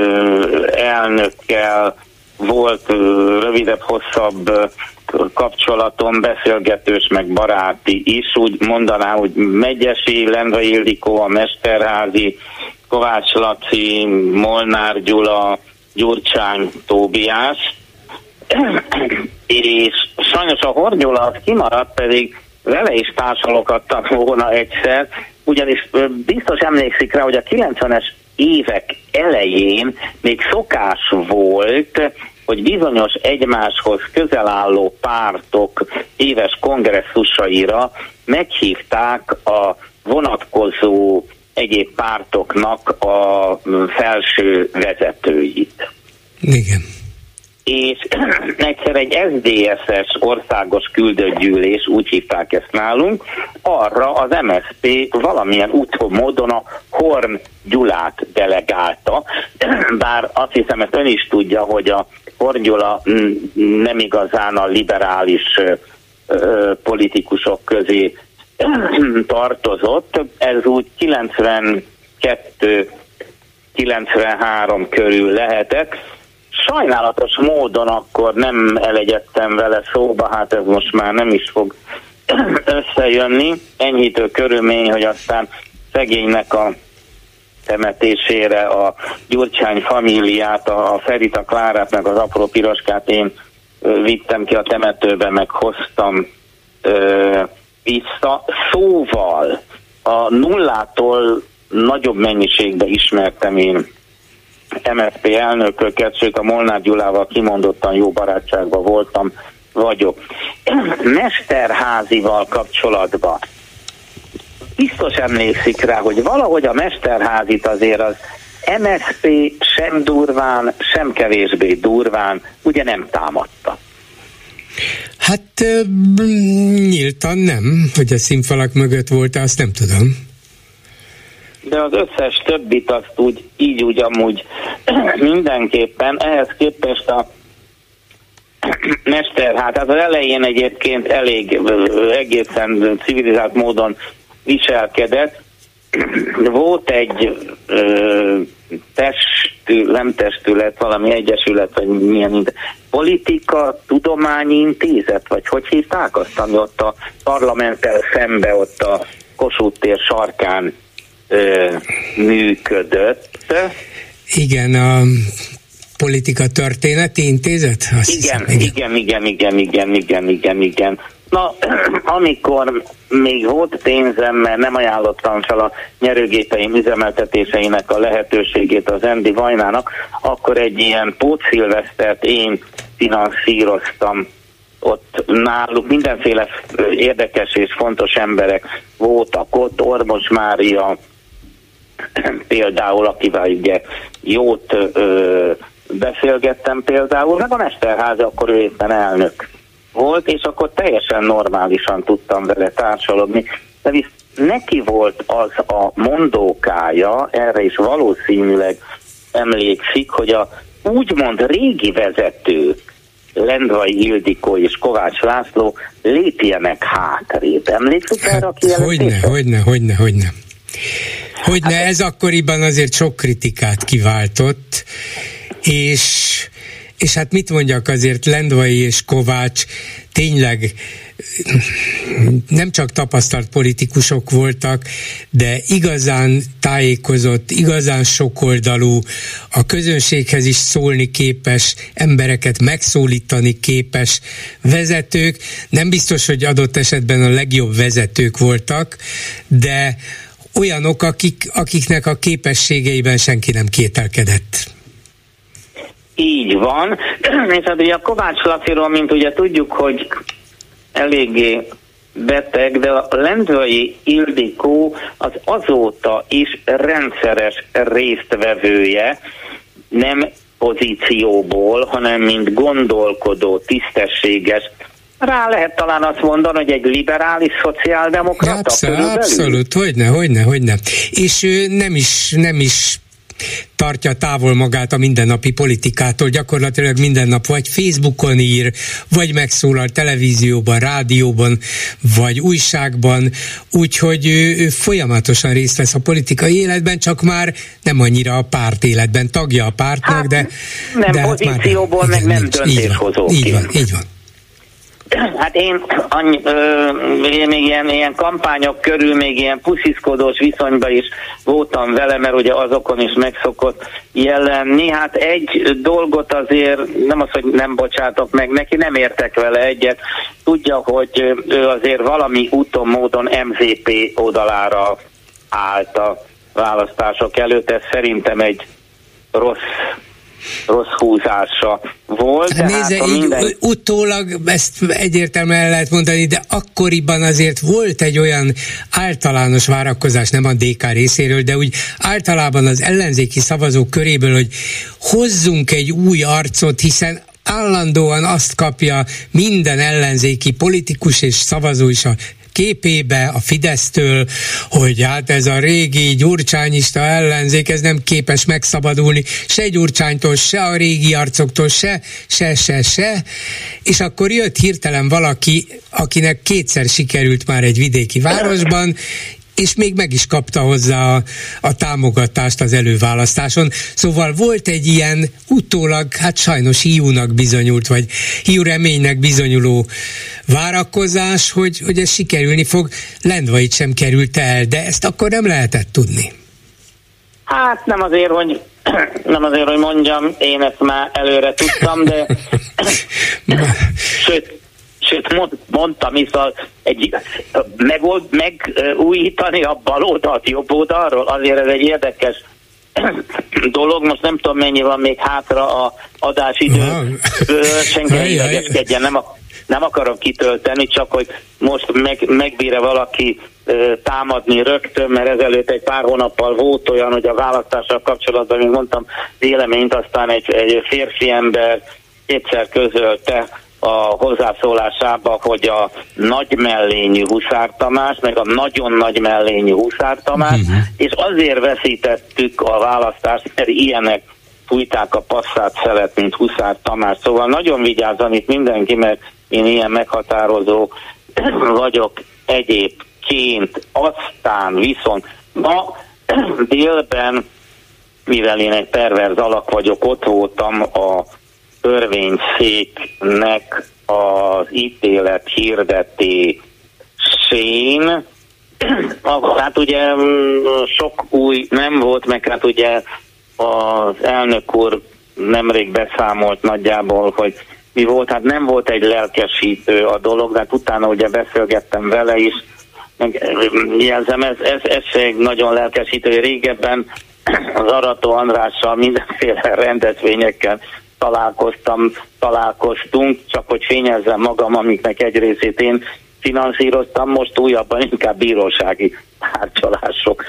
elnökkel volt rövidebb, hosszabb kapcsolatom, beszélgetős, meg baráti is, úgy mondaná, hogy Megyesi, Lendvai Ildikó, a Mesterházi, Kovács Laci, Molnár Gyula, Gyurcsány Tóbiás, és sajnos a Horn Gyula az kimaradt, pedig vele is társaloghattam volna egyszer, ugyanis biztos emlékszik rá, hogy a kilencvenes évek elején még szokás volt, hogy bizonyos egymáshoz közel álló pártok éves kongresszusaira meghívták a vonatkozó egyéb pártoknak a felső vezetőit. Igen. És egyszer egy es zé es-es országos küldöttgyűlés, úgy hívták ezt nálunk, arra az em es zé pé valamilyen úton módon a Horn Gyulát delegálta, bár azt hiszem, ezt ön is tudja, hogy a Horn Gyula nem igazán a liberális politikusok közé tartozott, ez úgy kilencvenkettő kilencvenhárom körül lehetett. Sajnálatos módon akkor nem elegyedtem vele szóba, hát ez most már nem is fog összejönni. Enyhítő körülmény, hogy aztán szegénynek a temetésére a Gyurcsány famíliát, a Ferit, a Klárát, meg az apró piroskát én vittem ki a temetőbe, meg hoztam ö, vissza. Szóval a nullától nagyobb mennyiségben ismertem én em es zé pé elnököket, sőt a Molnár Gyulával kimondottan jó barátságban voltam, vagyok. Mesterházival kapcsolatban biztos emlékszik rá, hogy valahogy a Mesterházit azért az em es zé pé sem durván, sem kevésbé durván ugye nem támadta. Hát nyíltan nem, hogy a színfalak mögött volt, azt nem tudom. De az összes többit azt úgy, így úgy amúgy mindenképpen, ehhez képest a Mesterház, hát az elején egyébként elég egészen civilizált módon viselkedett. Volt egy ö, testül, nem testület, valami egyesület, vagy milyen politika, tudományi intézet, vagy hogy hívták azt, ami ott a parlamenttel szembe, ott a Kossuth tér sarkán ö, működött. Igen, a politika történeti intézet? Azt igen, hiszem, igen, igen, igen, igen, igen, igen, igen. Na, amikor még volt pénzem, mert nem ajánlottam fel a nyerőgépeim üzemeltetéseinek a lehetőségét az Endi Vajnának, akkor egy ilyen pótszilvesztert én finanszíroztam ott náluk. Mindenféle érdekes és fontos emberek voltak ott, Ormos Mária például, akivel ugye jót ö, beszélgettem például, meg a Mesterházi, akkor ő éppen elnök volt, és akkor teljesen normálisan tudtam vele társalogni. De visz neki volt az a mondókája, erre is valószínűleg emlékszik, hogy a úgymond régi vezetők, Lendvai Ildikó és Kovács László lépjenek hátrébb. Emlékszik hát, erre a kijelentésre? Hogyne, hogyne, hogyne, hogyne. Hogyne, hát, ez akkoriban azért sok kritikát kiváltott, és, és hát mit mondjak, azért Lendvai és Kovács tényleg nem csak tapasztalt politikusok voltak, de igazán tájékozott, igazán sokoldalú, a közönséghez is szólni képes, embereket megszólítani képes vezetők. Nem biztos, hogy adott esetben a legjobb vezetők voltak, de olyanok, akik, akiknek a képességeiben senki nem kételkedett. Így van, és hát ugye a Kovács Laciról, mint ugye tudjuk, hogy eléggé beteg, de a Lendvai Ildikó az azóta is rendszeres résztvevője, nem pozícióból, hanem mint gondolkodó, tisztességes. Rá lehet talán azt mondani, hogy egy liberális szociáldemokrata. Abszolút, abszolút, hogyne, hogyne, hogyne. És ő nem is, nem is tartja távol magát a mindennapi politikától, gyakorlatilag minden nap vagy Facebookon ír, vagy megszólal televízióban, rádióban, vagy újságban, úgyhogy ő, ő folyamatosan részt vesz a politikai életben, csak már nem annyira a párt életben, tagja a pártnak, hát, de... Nem de pozícióból, hát már, meg igen, nem döntéshozó. Így van, így van. Hát én, annyi, ö, én még ilyen, ilyen kampányok körül még ilyen pusziszkodós viszonyban is voltam vele, mert ugye azokon is megszokott jelenni. Hát egy dolgot azért, nem az, hogy nem bocsátok meg neki, nem értek vele egyet. Tudja, hogy ő azért valami úton, módon em zé pé oldalára állt a választások előtt. Ez szerintem egy rossz rossz húzása volt. Hát nézze, hát, így minden... utólag ezt egyértelműen lehet mondani, de akkoriban azért volt egy olyan általános várakozás, nem a dé ká részéről, de úgy általában az ellenzéki szavazók köréből, hogy hozzunk egy új arcot, hiszen állandóan azt kapja minden ellenzéki politikus és szavazó is a képébe a Fidesztől, hogy hát ez a régi gyurcsányista ellenzék, ez nem képes megszabadulni se Gyurcsánytól, se a régi arcoktól, se, se, se, se, és akkor jött hirtelen valaki, akinek kétszer sikerült már egy vidéki városban, és még meg is kapta hozzá a, a támogatást az előválasztáson. Szóval volt egy ilyen utólag, hát sajnos hiúnak bizonyult, vagy hiú reménynek bizonyuló várakozás, hogy, hogy ez sikerülni fog. Lendvait sem került el, de ezt akkor nem lehetett tudni. Hát nem azért, hogy nem azért, hogy mondjam, én ezt már előre tudtam, de sőt, Sőt, mondtam is, egy, megold, megújítani a bal oldalt jobb oldalról, azért ez egy érdekes dolog. Most nem tudom, mennyi van még hátra a adásidő. Senki ne idegeskedjen, nem, nem akarom kitölteni, csak hogy most meg, megbír valaki támadni rögtön, mert ezelőtt egy pár hónappal volt olyan, hogy a választással kapcsolatban, mint mondtam, véleményt, aztán egy, egy férfi ember kétszer közölte a hozzászólásába, hogy a nagy mellényű Huszár Tamás, meg a nagyon nagy mellényű Huszár Tamás, uh-huh. és azért veszítettük a választást, mert ilyenek fújták a passzát szelet, mint Huszár Tamás. Szóval nagyon vigyázzon itt mindenki, mert én ilyen meghatározó vagyok egyébként. Aztán viszont ma délben, mivel én egy perverz alak vagyok, ott voltam a törvényszéknek az ítélet hirdetésén. Hát ugye sok új nem volt, meg hát ugye az elnök úr nemrég beszámolt nagyjából, hogy mi volt, hát nem volt egy lelkesítő a dolog, de hát utána ugye beszélgettem vele is, meg jelzem, ez, ez, ez egy nagyon lelkesítő. Régebben az Arató Andrással mindenféle rendezvényekkel találkoztam, találkoztunk, csak hogy fényezzem magam, amiknek egy részét én finanszíroztam, most újabban inkább bírósági tárgyalások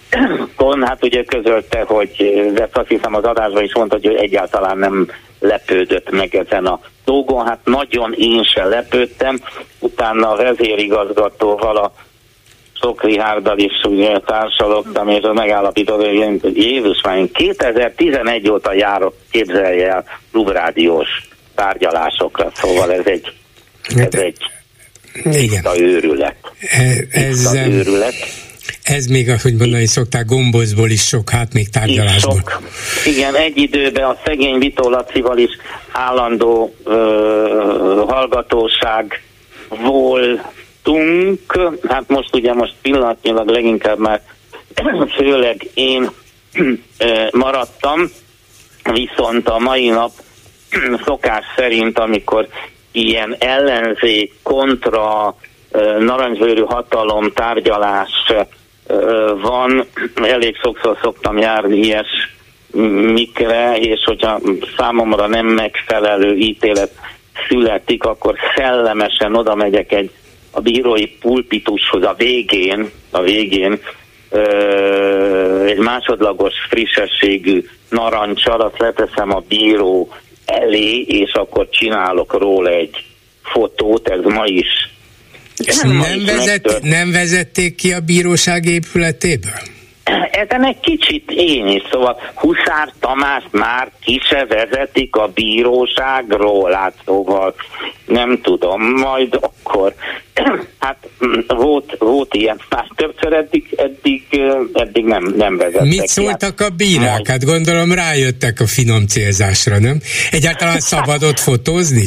Kon, hát ugye közölte, hogy, de azt hiszem az adásban is mondta, hogy egyáltalán nem lepődött meg ezen a dolgon. Hát nagyon én sem lepődtem. Utána a vezérigazgatóval, a Szokri Hárdal is ugye társalogtam, és megállapított, hogy Jézus már én kétezer-tizenegy óta járok, képzelje el, klubrádiós tárgyalásokra, szóval ez egy, ez egy tiszta őrület. Ez, tiszta őrület. Ez még, ahogy mondani szokták, gombozból is sok, hát még tárgyalásból. Sok. Igen, egy időben a szegény Vitó Lacival is állandó ö, hallgatóság voltunk, hát most ugye most pillanatnyilag leginkább már főleg én ö, maradtam, viszont a mai nap szokás szerint, amikor ilyen ellenzék kontra narancsbőrű hatalom tárgyalás van, elég sokszor szoktam járni ilyes mikre, és hogyha számomra nem megfelelő ítélet születik, akkor szellemesen oda megyek egy a bírói pulpitushoz a végén, a végén egy másodlagos frissességű narancsal, azt leteszem a bíró elé, és akkor csinálok róla egy fotót, ez ma is. Nem, vezet, nem vezették ki a bíróság épületéből? Ezen egy kicsit én is, szóval Huszár Tamást már ki se vezetik a bíróságról, hát szóval nem tudom, majd akkor hát volt, volt ilyen már többször eddig, eddig, eddig nem, nem vezettek. Mit szóltak a bírák? Hát gondolom rájöttek a finom célzásra, nem? Egyáltalán szabad ott fotózni?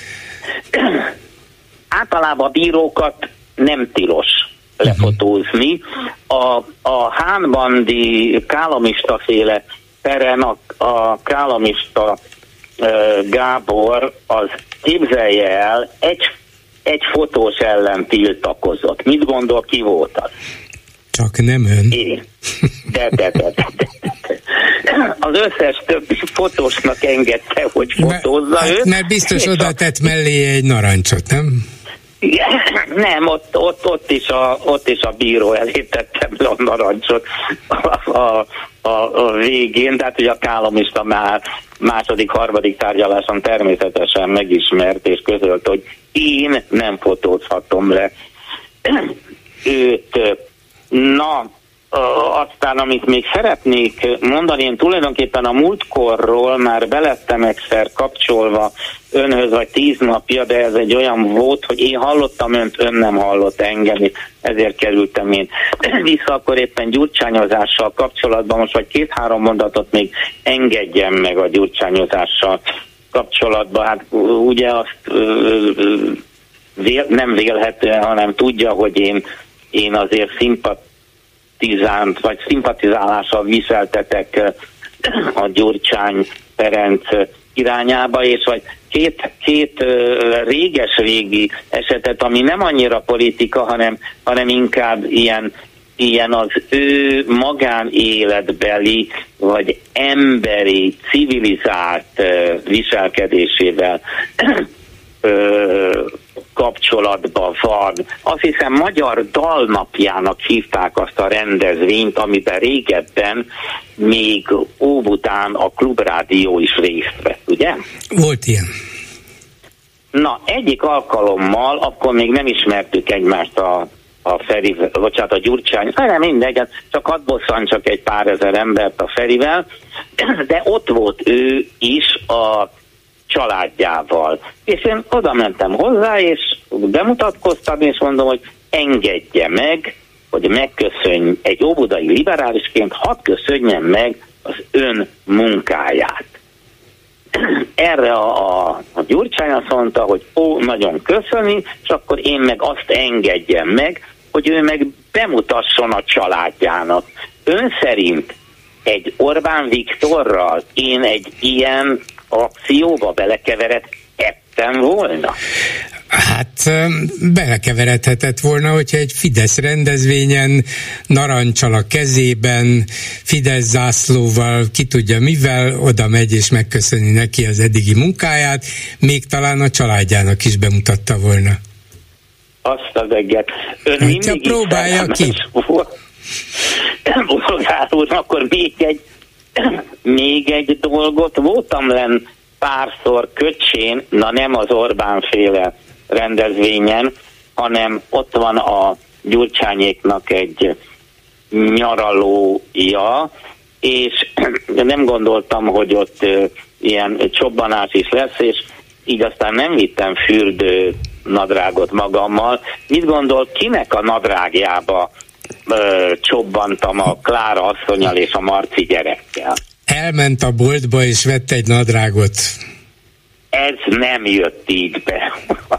Általában a bírókat nem tilos lefotózni. A, a hánbandi kálamista féle peren a, a kálamista e, Gábor az képzelje el, egy, egy fotós ellen tiltakozott. Mit gondol, ki volt az? Csak nem ön. Én. De, de, de, de, de. Az összes többi fotósnak engedte, hogy fotózza hát, őt. Mert biztos oda tett mellé egy narancsot, nem? Nem, ott, ott, ott, is a, ott is a bíró elé tettem le a narancsot a, a, a, a végén, de hát ugye a kálamista már második, harmadik tárgyaláson természetesen megismert és közölt, hogy én nem fotózhatom le őt. Na, aztán amit még szeretnék mondani, én tulajdonképpen a múltkorról már belettem egyszer kapcsolva önhöz, vagy tíz napja, de ez egy olyan volt, hogy én hallottam önt, ön nem hallott engem, ezért kerültem én vissza, akkor éppen gyurcsányozással kapcsolatban, most vagy két-három mondatot még engedjem meg a gyurcsányozással kapcsolatban. Hát ugye azt vél, nem vélhetően, hanem tudja, hogy én, én azért szimpat Tizánt, vagy szimpatizálással viseltetek a Gyurcsány Ferenc irányába, és vagy két, két réges-régi esetet, ami nem annyira politika, hanem, hanem inkább ilyen, ilyen az ő magánéletbeli, vagy emberi, civilizált viselkedésével kapcsolatban van. Azt hiszem Magyar Dalnapjának hívták azt a rendezvényt, amiben régebben még Óbudán a Klubrádió is részt vett, ugye? Volt ilyen. Na, egyik alkalommal, akkor még nem ismertük egymást a, a Feri, bocsánat, a Gyurcsány, nem mindegy, csak hadd bosszantsak egy pár ezer embert a Ferivel, de ott volt ő is a családjával. És én oda mentem hozzá, és bemutatkoztam, és mondom, hogy engedje meg, hogy megköszönj egy óbudai liberálisként, hadd köszönjem meg az ön munkáját. Erre a, a, a Gyurcsány azt mondta, hogy ó, nagyon köszöni, és akkor én meg azt engedjem meg, hogy ő meg bemutasson a családjának. Ön szerint egy Orbán Viktorral én egy ilyen akcióba belekeveredhettem volna? Hát belekeveredhetett volna, hogyha egy Fidesz rendezvényen narancsal a kezében, Fidesz zászlóval, ki tudja mivel, oda megy és megköszöni neki az eddigi munkáját, még talán a családjának is bemutatta volna. Azt az eget. Ön mindig próbálja ki. Volt. Bolgár úr, akkor még egy, még egy dolgot. Voltam len párszor Köcsén, na nem az Orbán féle rendezvényen, hanem ott van a Gyurcsányéknak egy nyaralója, és nem gondoltam, hogy ott ilyen csobbanás is lesz, és így aztán nem vittem fürdő nadrágot magammal. Mit gondol, kinek a nadrágjába ö, csobbantam a Klára asszonnyal és a Marci gyerekkel? Elment a boltba és vett egy nadrágot. Ez nem jött így be.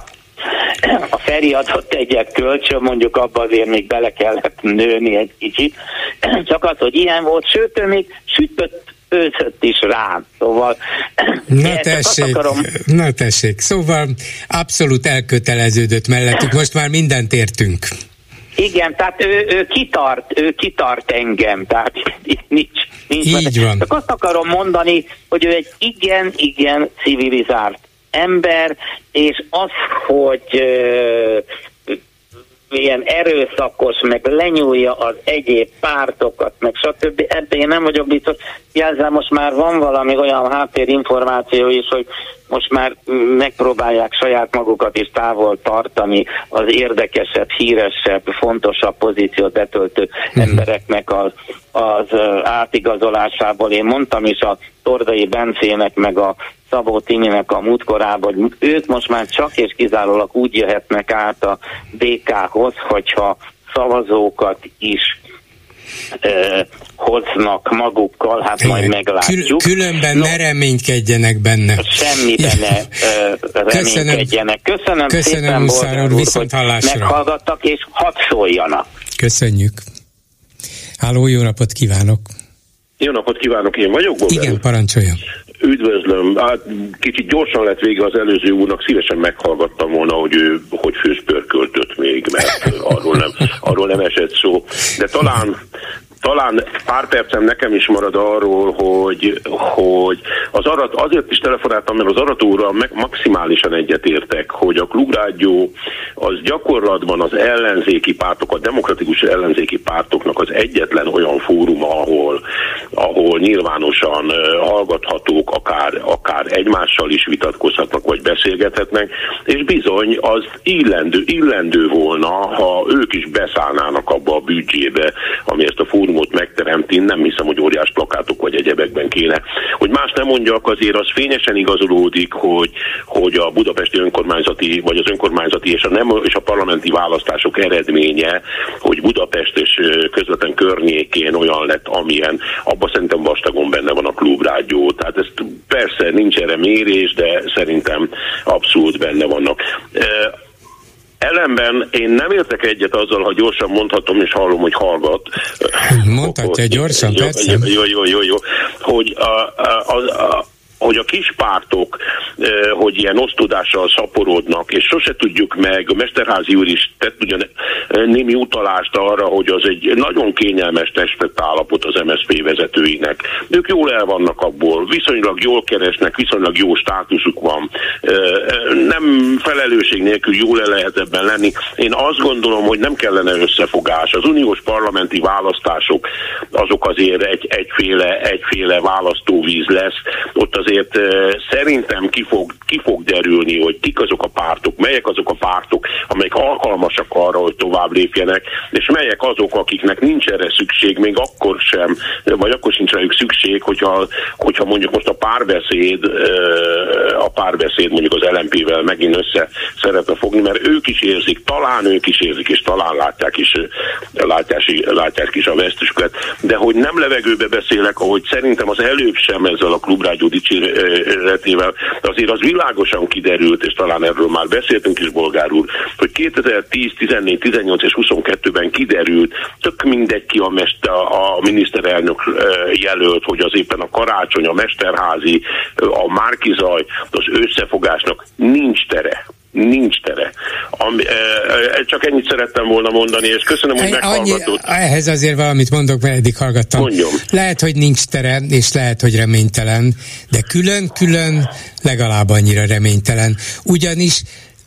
A Feri adott egyet kölcsön, mondjuk abba azért még bele kellett nőni egy kicsit. Csak az, hogy ilyen volt, sőt, ő még sütött, őszött is rám. Szóval... Na tessék, akarom... na tessék, szóval abszolút elköteleződött mellettük, most már mindent értünk. Igen, tehát ő, ő kitart, ő kitart engem, tehát nincs, nincs. Így van. Csak azt akarom mondani, hogy ő egy igen, igen civilizált ember, és az, hogy uh, ilyen erőszakos, meg lenyúlja az egyéb pártokat, meg stb. Ebben én nem vagyok biztos. Jelzem, most már van valami olyan háttérinformáció is, hogy most már megpróbálják saját magukat is távol tartani az érdekesebb, híresebb, fontosabb pozíciót betöltő uh-huh. embereknek az, az átigazolásából. Én mondtam is a Tordai Bencének, meg a Szabó Timinek a múltkorában, hogy ők most már csak és kizárólag úgy jöhetnek át a dé ká-hoz, hogyha szavazókat is eh, hoznak magukkal, hát majd meglátjuk. Kül- különben no, ne reménykedjenek benne. Semmiben ne uh, reménykedjenek. Köszönöm, köszönöm szépen, Bolgár úr, hogy meghallgattak, és hadd szóljanak. Köszönjük. Háló, jó napot kívánok! Jó napot kívánok, én vagyok, Bolgár? Igen, parancsoljon. Üdvözlöm. Hát, kicsit gyorsan lett vége az előző úrnak, szívesen meghallgattam volna, hogy ő hogy főzpörköltött még, mert arról nem, arról nem esett szó. De talán Talán pár percem nekem is marad arról, hogy, hogy az arat, azért is telefonáltam, mert az aratóra meg maximálisan egyetértek, hogy a Klubrádió az gyakorlatban az ellenzéki pártok, a demokratikus ellenzéki pártoknak az egyetlen olyan fóruma, ahol, ahol nyilvánosan uh, hallgathatók, akár, akár egymással is vitatkozhatnak, vagy beszélgethetnek, és bizony az illendő, illendő volna, ha ők is beszállnának abba a büdzsébe, ami ezt a fórumot megteremti. Nem hiszem, hogy óriás plakátok vagy egyebekben kéne. Hogy más nem mondjak, azért az fényesen igazolódik, hogy, hogy a budapesti önkormányzati, vagy az önkormányzati és a, nem, és a parlamenti választások eredménye, hogy Budapest és közvetlen környékén olyan lett, amilyen, abban szerintem vastagon benne van a Klubrádió. Tehát ez persze nincs erre mérés, de szerintem abszolút benne vannak. Ellenben én nem értek egyet azzal, ha gyorsan mondhatom, és hallom, hogy hallgat. Mondhatja gyorsan, jó, persze. Jó, jó, jó, jó. Hogy a, a, a, hogy a kis pártok, hogy ilyen osztodással szaporodnak, és sose tudjuk meg, a Mesterházy úr is tett ugyan némi utalást arra, hogy az egy nagyon kényelmes testállapot az em es zé pé vezetőinek. Ők jól el vannak abból, viszonylag jól keresnek, viszonylag jó státuszuk van, nem felelősség nélkül jól el lehet ebben lenni. Én azt gondolom, hogy nem kellene összefogás. Az uniós parlamenti választások azok azért egy, egyféle, egyféle választóvíz lesz. Ott az azért uh, szerintem ki fog, ki fog derülni, hogy kik azok a pártok, melyek azok a pártok, amelyek alkalmasak arra, hogy tovább lépjenek, és melyek azok, akiknek nincs erre szükség, még akkor sem, vagy akkor sincs rájuk szükség, hogyha, hogyha mondjuk most a párbeszéd, uh, a párbeszéd mondjuk az el em pé-vel megint össze szeretne fogni, mert ők is érzik, talán ők is érzik, és talán látják is, látják, látják is a vesztüsüket, de hogy nem levegőbe beszélek, ahogy szerintem az előbb sem ezzel a Klubrádió dicséretével, azért az világosan kiderült, és talán erről már beszéltünk is, Bolgár úr, hogy kétezer-tíz, tizennégy, tizennyolc és huszonkettőben kiderült, tök mindegy ki a, mester, a miniszterelnök jelölt, hogy az éppen a Karácsony, a Mesterházy, a Márki-Zaj, az összefogásnak nincs tere. Nincs tere. Ami, e, csak ennyit szerettem volna mondani, és köszönöm, hogy meghallgatott. Ehhez azért valamit mondok, mert eddig hallgattam. Mondjam. Lehet, hogy nincs tere, és lehet, hogy reménytelen, de külön-külön legalább annyira reménytelen. Ugyanis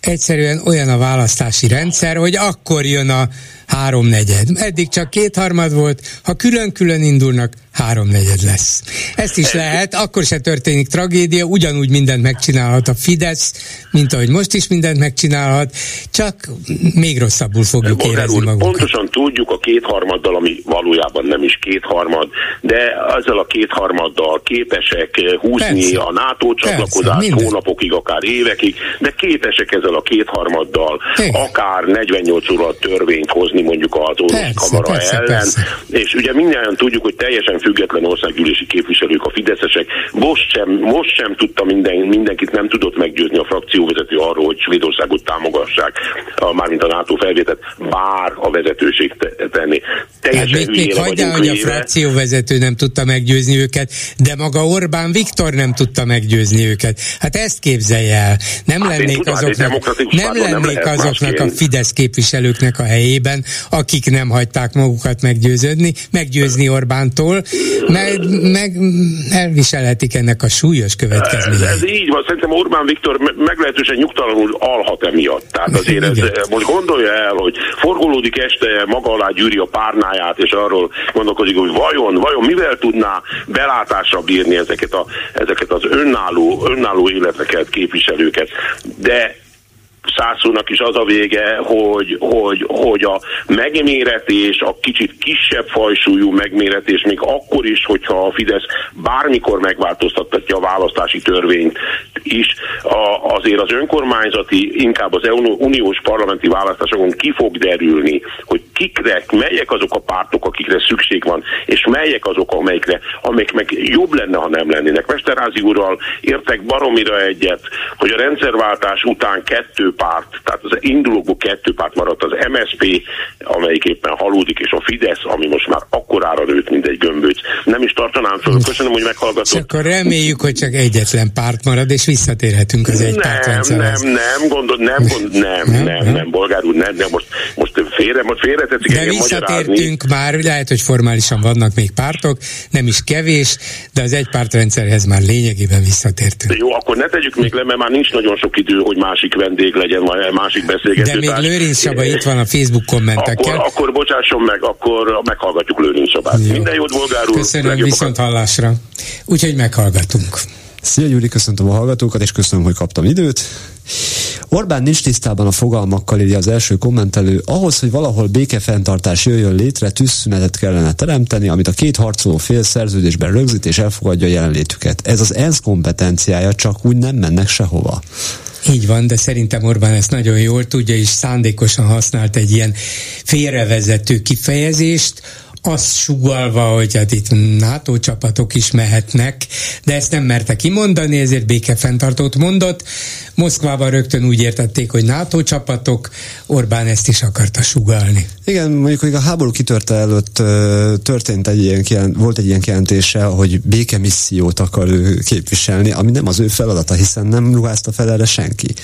Egyszerűen olyan a választási rendszer, hogy akkor jön a háromnegyed. Eddig csak kétharmad volt, ha külön-külön indulnak, háromnegyed lesz. Ezt is lehet, akkor se történik tragédia, ugyanúgy mindent megcsinálhat a Fidesz, mint ahogy most is mindent megcsinálhat, csak még rosszabbul fogjuk Bolgár érezni úr, magunkat. Pontosan tudjuk a kétharmaddal, ami valójában nem is kétharmad, de ezzel a kétharmaddal képesek húzni persze, a NATO csatlakozást hónapokig, akár évekig, de képesek ezzel a kétharmaddal igen, akár negyvennyolc óra törvényt hozni mondjuk az orvosi kamara persze, ellen, persze. És ugye mindjárt tudjuk, hogy teljesen független országgyűlési képviselők, a fideszesek, most sem, most sem tudta minden, mindenkit nem tudott meggyőzni a frakcióvezető arról, hogy Svédországot támogassák, a, mármint a NATO felvételt, bár a vezetőség tenni. Teljesen hát még, még hagyjál, hogy a frakcióvezető nem tudta meggyőzni őket, de maga Orbán Viktor nem tudta meggyőzni őket. Hát ezt képzelje el. Nem hát lennék tudom, azoknak, nem lennék nem azoknak a Fidesz képviselőknek a helyében, akik nem hagyták magukat meggyőződni, meggyőzni Orbántól, meg, meg elviselhetik ennek a súlyos következményeit. Ez, ez így van, szerintem Orbán Viktor meglehetősen nyugtalanul alhat emiatt. Tehát azért ez, most gondolja el, hogy forgolódik este, maga alá gyűri a párnáját, és arról gondolkodik, hogy vajon, vajon mivel tudná belátásra bírni ezeket, a, ezeket az önálló, önálló életeket, képviselőket. De Szászónak is az a vége, hogy, hogy, hogy a megméretés, a kicsit kisebb fajsúlyú megméretés, még akkor is, hogyha a Fidesz bármikor megváltoztatja a választási törvényt is, a, azért az önkormányzati, inkább az uniós parlamenti választásokon ki fog derülni, hogy kikre, melyek azok a pártok, akikre szükség van, és melyek azok, amelyikre, amelyek meg jobb lenne, ha nem lennének. Mesterházi úrral értek baromira egyet, hogy a rendszerváltás után kettő párt, tehát az indulókból kettő párt maradt, az em es zé pé, amelyik éppen halódik, és a Fidesz, ami most már akkorára nőtt, mint egy gömböc. Nem is tartanám föl. Köszönöm, hogy meghallgatott. És akkor reméljük, hogy csak egyetlen párt marad, és visszatérhetünk az egy pártrendszerhez. Nem, nem, nem, gondol, nem, gond, nem, nem, nem, nem, nem, Bolgár úr, nem, nem, most, most félre, most félre tetszik engem magyarázni. De visszatértünk már, lehet, hogy formálisan vannak még pártok, nem is kevés, de az egy pártrendszerhez már lényegében visszatértünk. Jó, akkor ne tegyük még le, mert már nincs nagyon sok idő, hogy másik vendég legyen, vagy másik beszélgető. De még Lőrinc Csaba itt van a Facebook kommentekkel. Akkor, akkor bocsásson meg, akkor meghallgatjuk Lőrinc Csabát. Jó. Minden jót, Bolgár úr. Köszönöm, viszont hallásra. Úgyhogy meghallgatunk. Szia Gyuri, köszöntöm a hallgatókat, és köszönöm, hogy kaptam időt. Orbán nincs tisztában a fogalmakkal, írja az első kommentelő. Ahhoz, hogy valahol békefenntartás jöjjön létre, tűzszünetet kellene teremteni, amit a két harcoló fél szerződésben rögzít és elfogadja jelenlétüket. Ez az ENSZ kompetenciája, csak úgy nem mennek sehova. Így van, de szerintem Orbán ezt nagyon jól tudja, és szándékosan használt egy ilyen félrevezető kifejezést, azt sugallva, hogy hát itt NATO csapatok is mehetnek, de ezt nem merte kimondani, ezért békefenntartót mondott. Moszkvában rögtön úgy értették, hogy NATO csapatok, Orbán ezt is akarta sugallni. Igen, mondjuk, hogy a háború kitörte előtt történt egy ilyen, volt egy ilyen kijelentése, hogy békemissziót akar ő képviselni, ami nem az ő feladata, hiszen nem ruházta fel erre senki.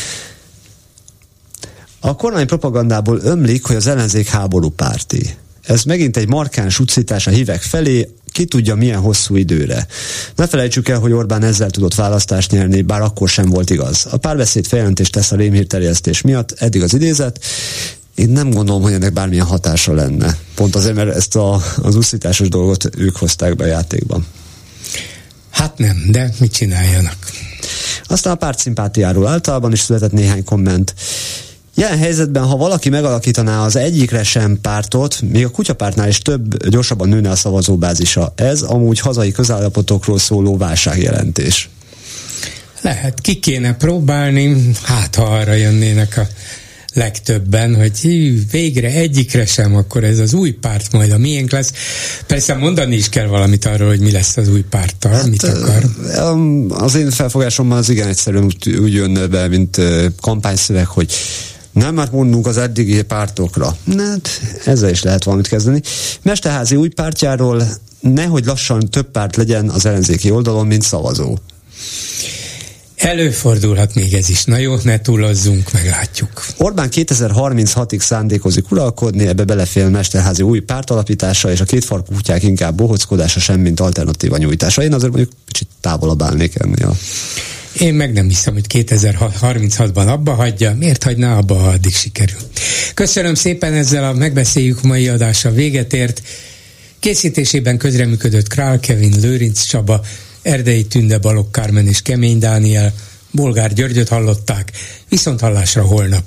A kormány propagandából ömlik, hogy az ellenzék háborúpárti. Ez megint egy markáns ucítás a hívek felé, ki tudja milyen hosszú időre. Ne felejtsük el, hogy Orbán ezzel tudott választást nyerni, bár akkor sem volt igaz. A Párbeszéd feljelentést tesz a rémhírterjesztés miatt, eddig az idézet. Én nem gondolom, hogy ennek bármilyen hatása lenne. Pont azért, mert ezt a, az uszításos dolgot ők hozták be a játékban. Hát nem, de mit csináljanak? Aztán a pártszimpátiáról általában is született néhány komment. Jelen helyzetben, ha valaki megalakítaná az egyikre sem pártot, még a kutyapártnál is több, gyorsabban nőne a szavazóbázisa. Ez amúgy hazai közállapotokról szóló válságjelentés. Lehet, ki kéne próbálni, hát ha arra jönnének a legtöbben, hogy hí, végre egyikre sem, akkor ez az új párt majd a miénk lesz. Persze mondani is kell valamit arról, hogy mi lesz az új párttal, hát, mit akar. Az én felfogásommal az igen egyszerűen úgy, úgy jönne be, mint kampányszöveg, hogy nem már mondunk az eddigi pártokra. Hát, ezzel is lehet valamit kezdeni. Mesterházi új pártjáról nehogy lassan több párt legyen az ellenzéki oldalon, mint szavazó. Előfordulhat még ez is. Na jó, ne túlozzunk, meglátjuk. Orbán kétezer-harminchatig szándékozik uralkodni, ebbe belefél Mesterházi új párt alapítása, és a kétfarkú kutyák inkább bohockodása sem, mint alternatíva nyújtása. Én azért mondjuk kicsit távolabb állnék ennél. Én meg nem hiszem, hogy kétezer-harminchatban abba hagyja. Miért hagyná abba, ha addig sikerül? Köszönöm szépen, ezzel a Megbeszéljük mai adása véget ért. Készítésében közreműködött Král Kevin, Lőrinc Csaba, Erdei Tünde, Balogh Kármen és Kemény Dániel. Bolgár Györgyöt hallották. Viszont hallásra holnap.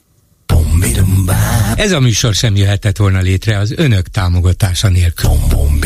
Ez a műsor sem jöhetett volna létre az önök támogatása nélkül.